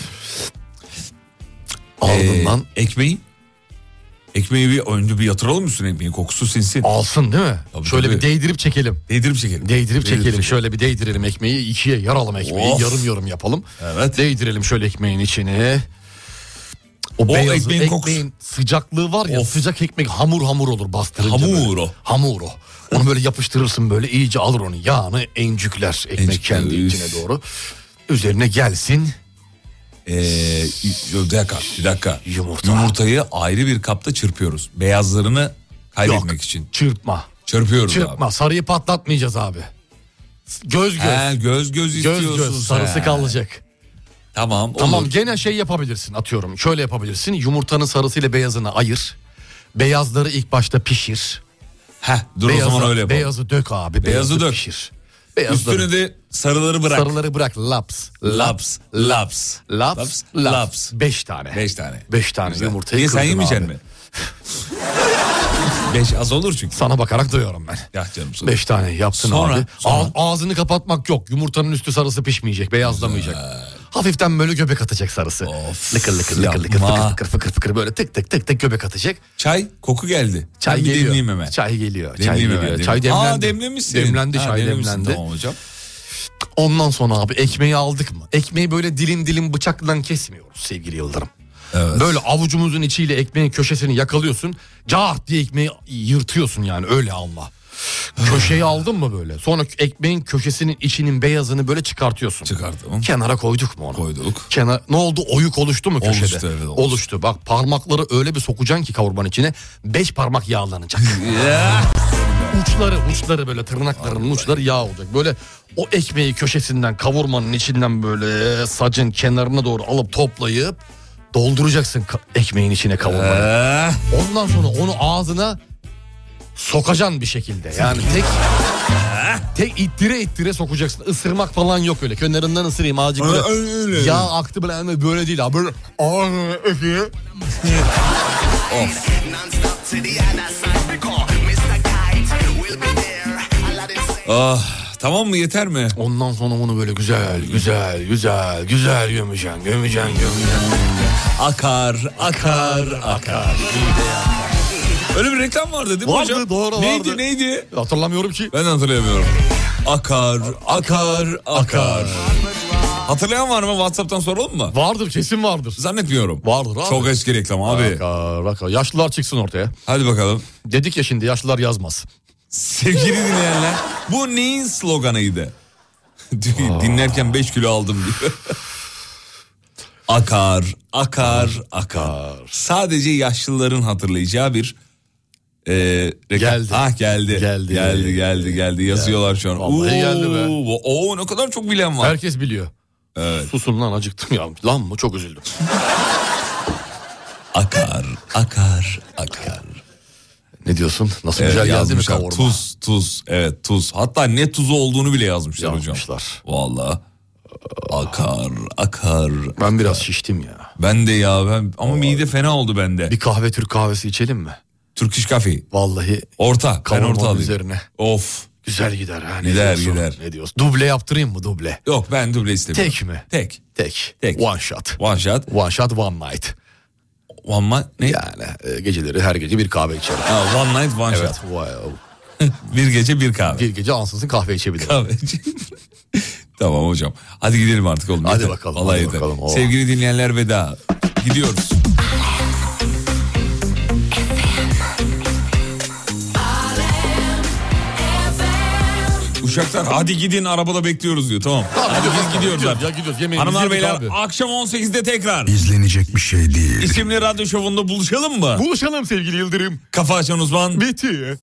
Ardından Ee, ekmeği. Ekmeği bir önce bir yatıralım üstüne, ekmeğin kokusu sinsin. alsın değil mi? Tabii, şöyle tabii. bir değdirip çekelim. Değdirip çekelim. Değdirip çekelim. çekelim. Şöyle bir değdirelim ekmeği. İkiye yaralım ekmeği. Of. Yarım yarım yapalım. Evet. Değdirelim şöyle ekmeğin içine. O, O beyazı, ekmeğin ekmeğin, kokusu- sıcaklığı var ya, Of. sıcak ekmek hamur hamur olur bastırınca. Hamur böyle. o. Hamur o. Onu böyle yapıştırırsın, böyle iyice alır onu. Yağını encükler ekmek Encükler, kendi üf. içine doğru. Üzerine gelsin Ee, bir dakika, bir dakika. Yumurta. Yumurtayı ayrı bir kapta çırpıyoruz. Beyazlarını kaybetmek Yok, için. çırpma. Çırpıyoruz Çırpma. abi. Sarıyı patlatmayacağız abi. Göz göz. He, göz göz istiyorsun göz göz. sen. Sarısı kalacak. Tamam, Tamam, olur. gene şey yapabilirsin, atıyorum. Şöyle yapabilirsin. Yumurtanın sarısıyla beyazını ayır. Beyazları ilk başta pişir. Heh, dur beyazı, o zaman öyle yapalım. Beyazı dök abi. Beyazı dök. Pişir. Beyazları, Üstüne de sarıları bırak. sarıları bırak. Laps. Laps, laps, Laps. Laps. laps. Beş tane. Beş tane. Beş tane Güzel. yumurtayı Niye, sen kırdın yemeyeceksin abi. mi? Beş az olur çünkü. Sana bakarak doyuyorum ben. Ya canım sana. Beş tane yaptın Sonra- abi. sonra? Ağ- ağzını kapatmak yok. Yumurtanın üstü sarısı pişmeyecek, beyazlamayacak. Hafiften böyle göbek atacak sarısı. Of, lıkır lıkır lıkır lıkır yapma. fıkır fıkır fıkır fıkır böyle tık tık tık tık göbek atacak. Çay, koku geldi. Çay Ben bir geliyor. demleyeyim hemen. Çay geliyor. Çay Demleyeyim geliyor. hemen, Çay demleyeyim. demlendi. Aa, demlemişsin. Demlendi, Ha, çay demlemişsin. demlendi. Tamam hocam. Ondan sonra abi ekmeği aldık mı? Ekmeği böyle dilim dilim bıçakla kesmiyoruz sevgili Yıldırım. Evet. Böyle avucumuzun içiyle ekmeğin köşesini yakalıyorsun. Cart diye ekmeği yırtıyorsun, yani öyle alma. Köşeyi aldın mı böyle? Sonra ekmeğin köşesinin içinin beyazını böyle çıkartıyorsun. Çıkartalım. Kenara koyduk mu onu? Koyduk. Kenar, ne oldu? Oyuk oluştu mu köşede? Oluştu, evet, oluştu. oluştu. Bak, parmakları öyle bir sokacaksın ki kavurmanın içine, beş parmak yağlanacak. uçları uçları böyle tırnaklarının uçları yağ olacak. Böyle o ekmeği köşesinden, kavurmanın içinden böyle sacın kenarına doğru alıp toplayıp dolduracaksın ka- ekmeğin içine kavurmanı. Ee, Ondan sonra onu ağzına sokacaksın bir şekilde. Yani tek tek ittire ittire sokacaksın. Isırmak falan yok öyle. Kenarından ısırayım azıcık böyle. Öyle, öyle. Yağ aktı böyle, böyle değil abi. Böyle ağzına öpüyor. ah, tamam mı, yeter mi? Ondan sonra onu böyle güzel güzel güzel güzel gömeceksin gömeceksin gömeceksin. Akar, akar, akar. Öyle bir reklam vardı değil mi Vardı, hocam? doğru, neydi, vardı. neydi? Hatırlamıyorum ki. Ben de hatırlayamıyorum. Akar, akar, akar. Hatırlayan var mı? WhatsApp'tan soralım mı? Vardır, kesin vardır. Zannetmiyorum. Vardır abi. Çok eski reklam abi. Akar, akar. Yaşlılar çıksın ortaya. Hadi bakalım. Dedik ya, şimdi yaşlılar yazmaz. Sevgili dinleyenler, bu neyin sloganıydı? Dinlerken beş kilo aldım diyor. Akar, akar, akar. Sadece yaşlıların hatırlayacağı bir e, reklam. Geldi. Ah geldi. Geldi. Geldi, geldi, geldi. Yazıyorlar şu an. Vallahi geldi be. Oo, ne kadar çok bilen var. Herkes biliyor. Evet. Susun lan, acıktım ya. Lan mı? Çok üzüldüm. Akar, akar, akar. Ne diyorsun? Nasıl Evet, güzel geldi mi yazmışlar. kavurma? Tuz, tuz. Evet, tuz. Hatta ne tuzu olduğunu bile yazmışlar, Yazmışlar. hocam. Vallahi. Akar, akar. Ben biraz şiştim ya. Ben de ya ben ama mide fena oldu bende. Bir kahve, Türk kahvesi içelim mi? Turkish Coffee. Vallahi Orta. Ben kavurmanın orta alayım. üzerine. Of. Güzel gider ha. Ne Gider, diyorsun? gider. Ne diyorsun? Duble yaptırayım mı, duble? Yok, ben duble istemiyorum. Tek mi? Tek. Tek. Tek. One shot. One shot. One shot, one night. One man, ne? Yani e, geceleri her gece bir kahve içerim. Ha, one night one Evet. shot. Wow. Bir gece bir kahve. Bir gece ansızın kahve içebilirim. Kahveci. Tamam hocam. Hadi gidelim artık oğlum. Hadi Yeter. bakalım, Vallahi hadi yeter. bakalım. Oh. Sevgili dinleyenler, veda. Gidiyoruz. Uşaklar hadi gidin, arabada bekliyoruz diyor. Tamam. Tamam, hadi gidiyoruz, biz gidiyoruz gidiyoruz artık. ya, gidiyoruz. Yemeğimizi Hanımlar yedik beyler, abi. akşam on sekizde tekrar İzlenecek bir şey değil. isimli radyo şovunda buluşalım mı? Buluşalım sevgili Yıldırım. Kafa Açan Uzman. Bitti.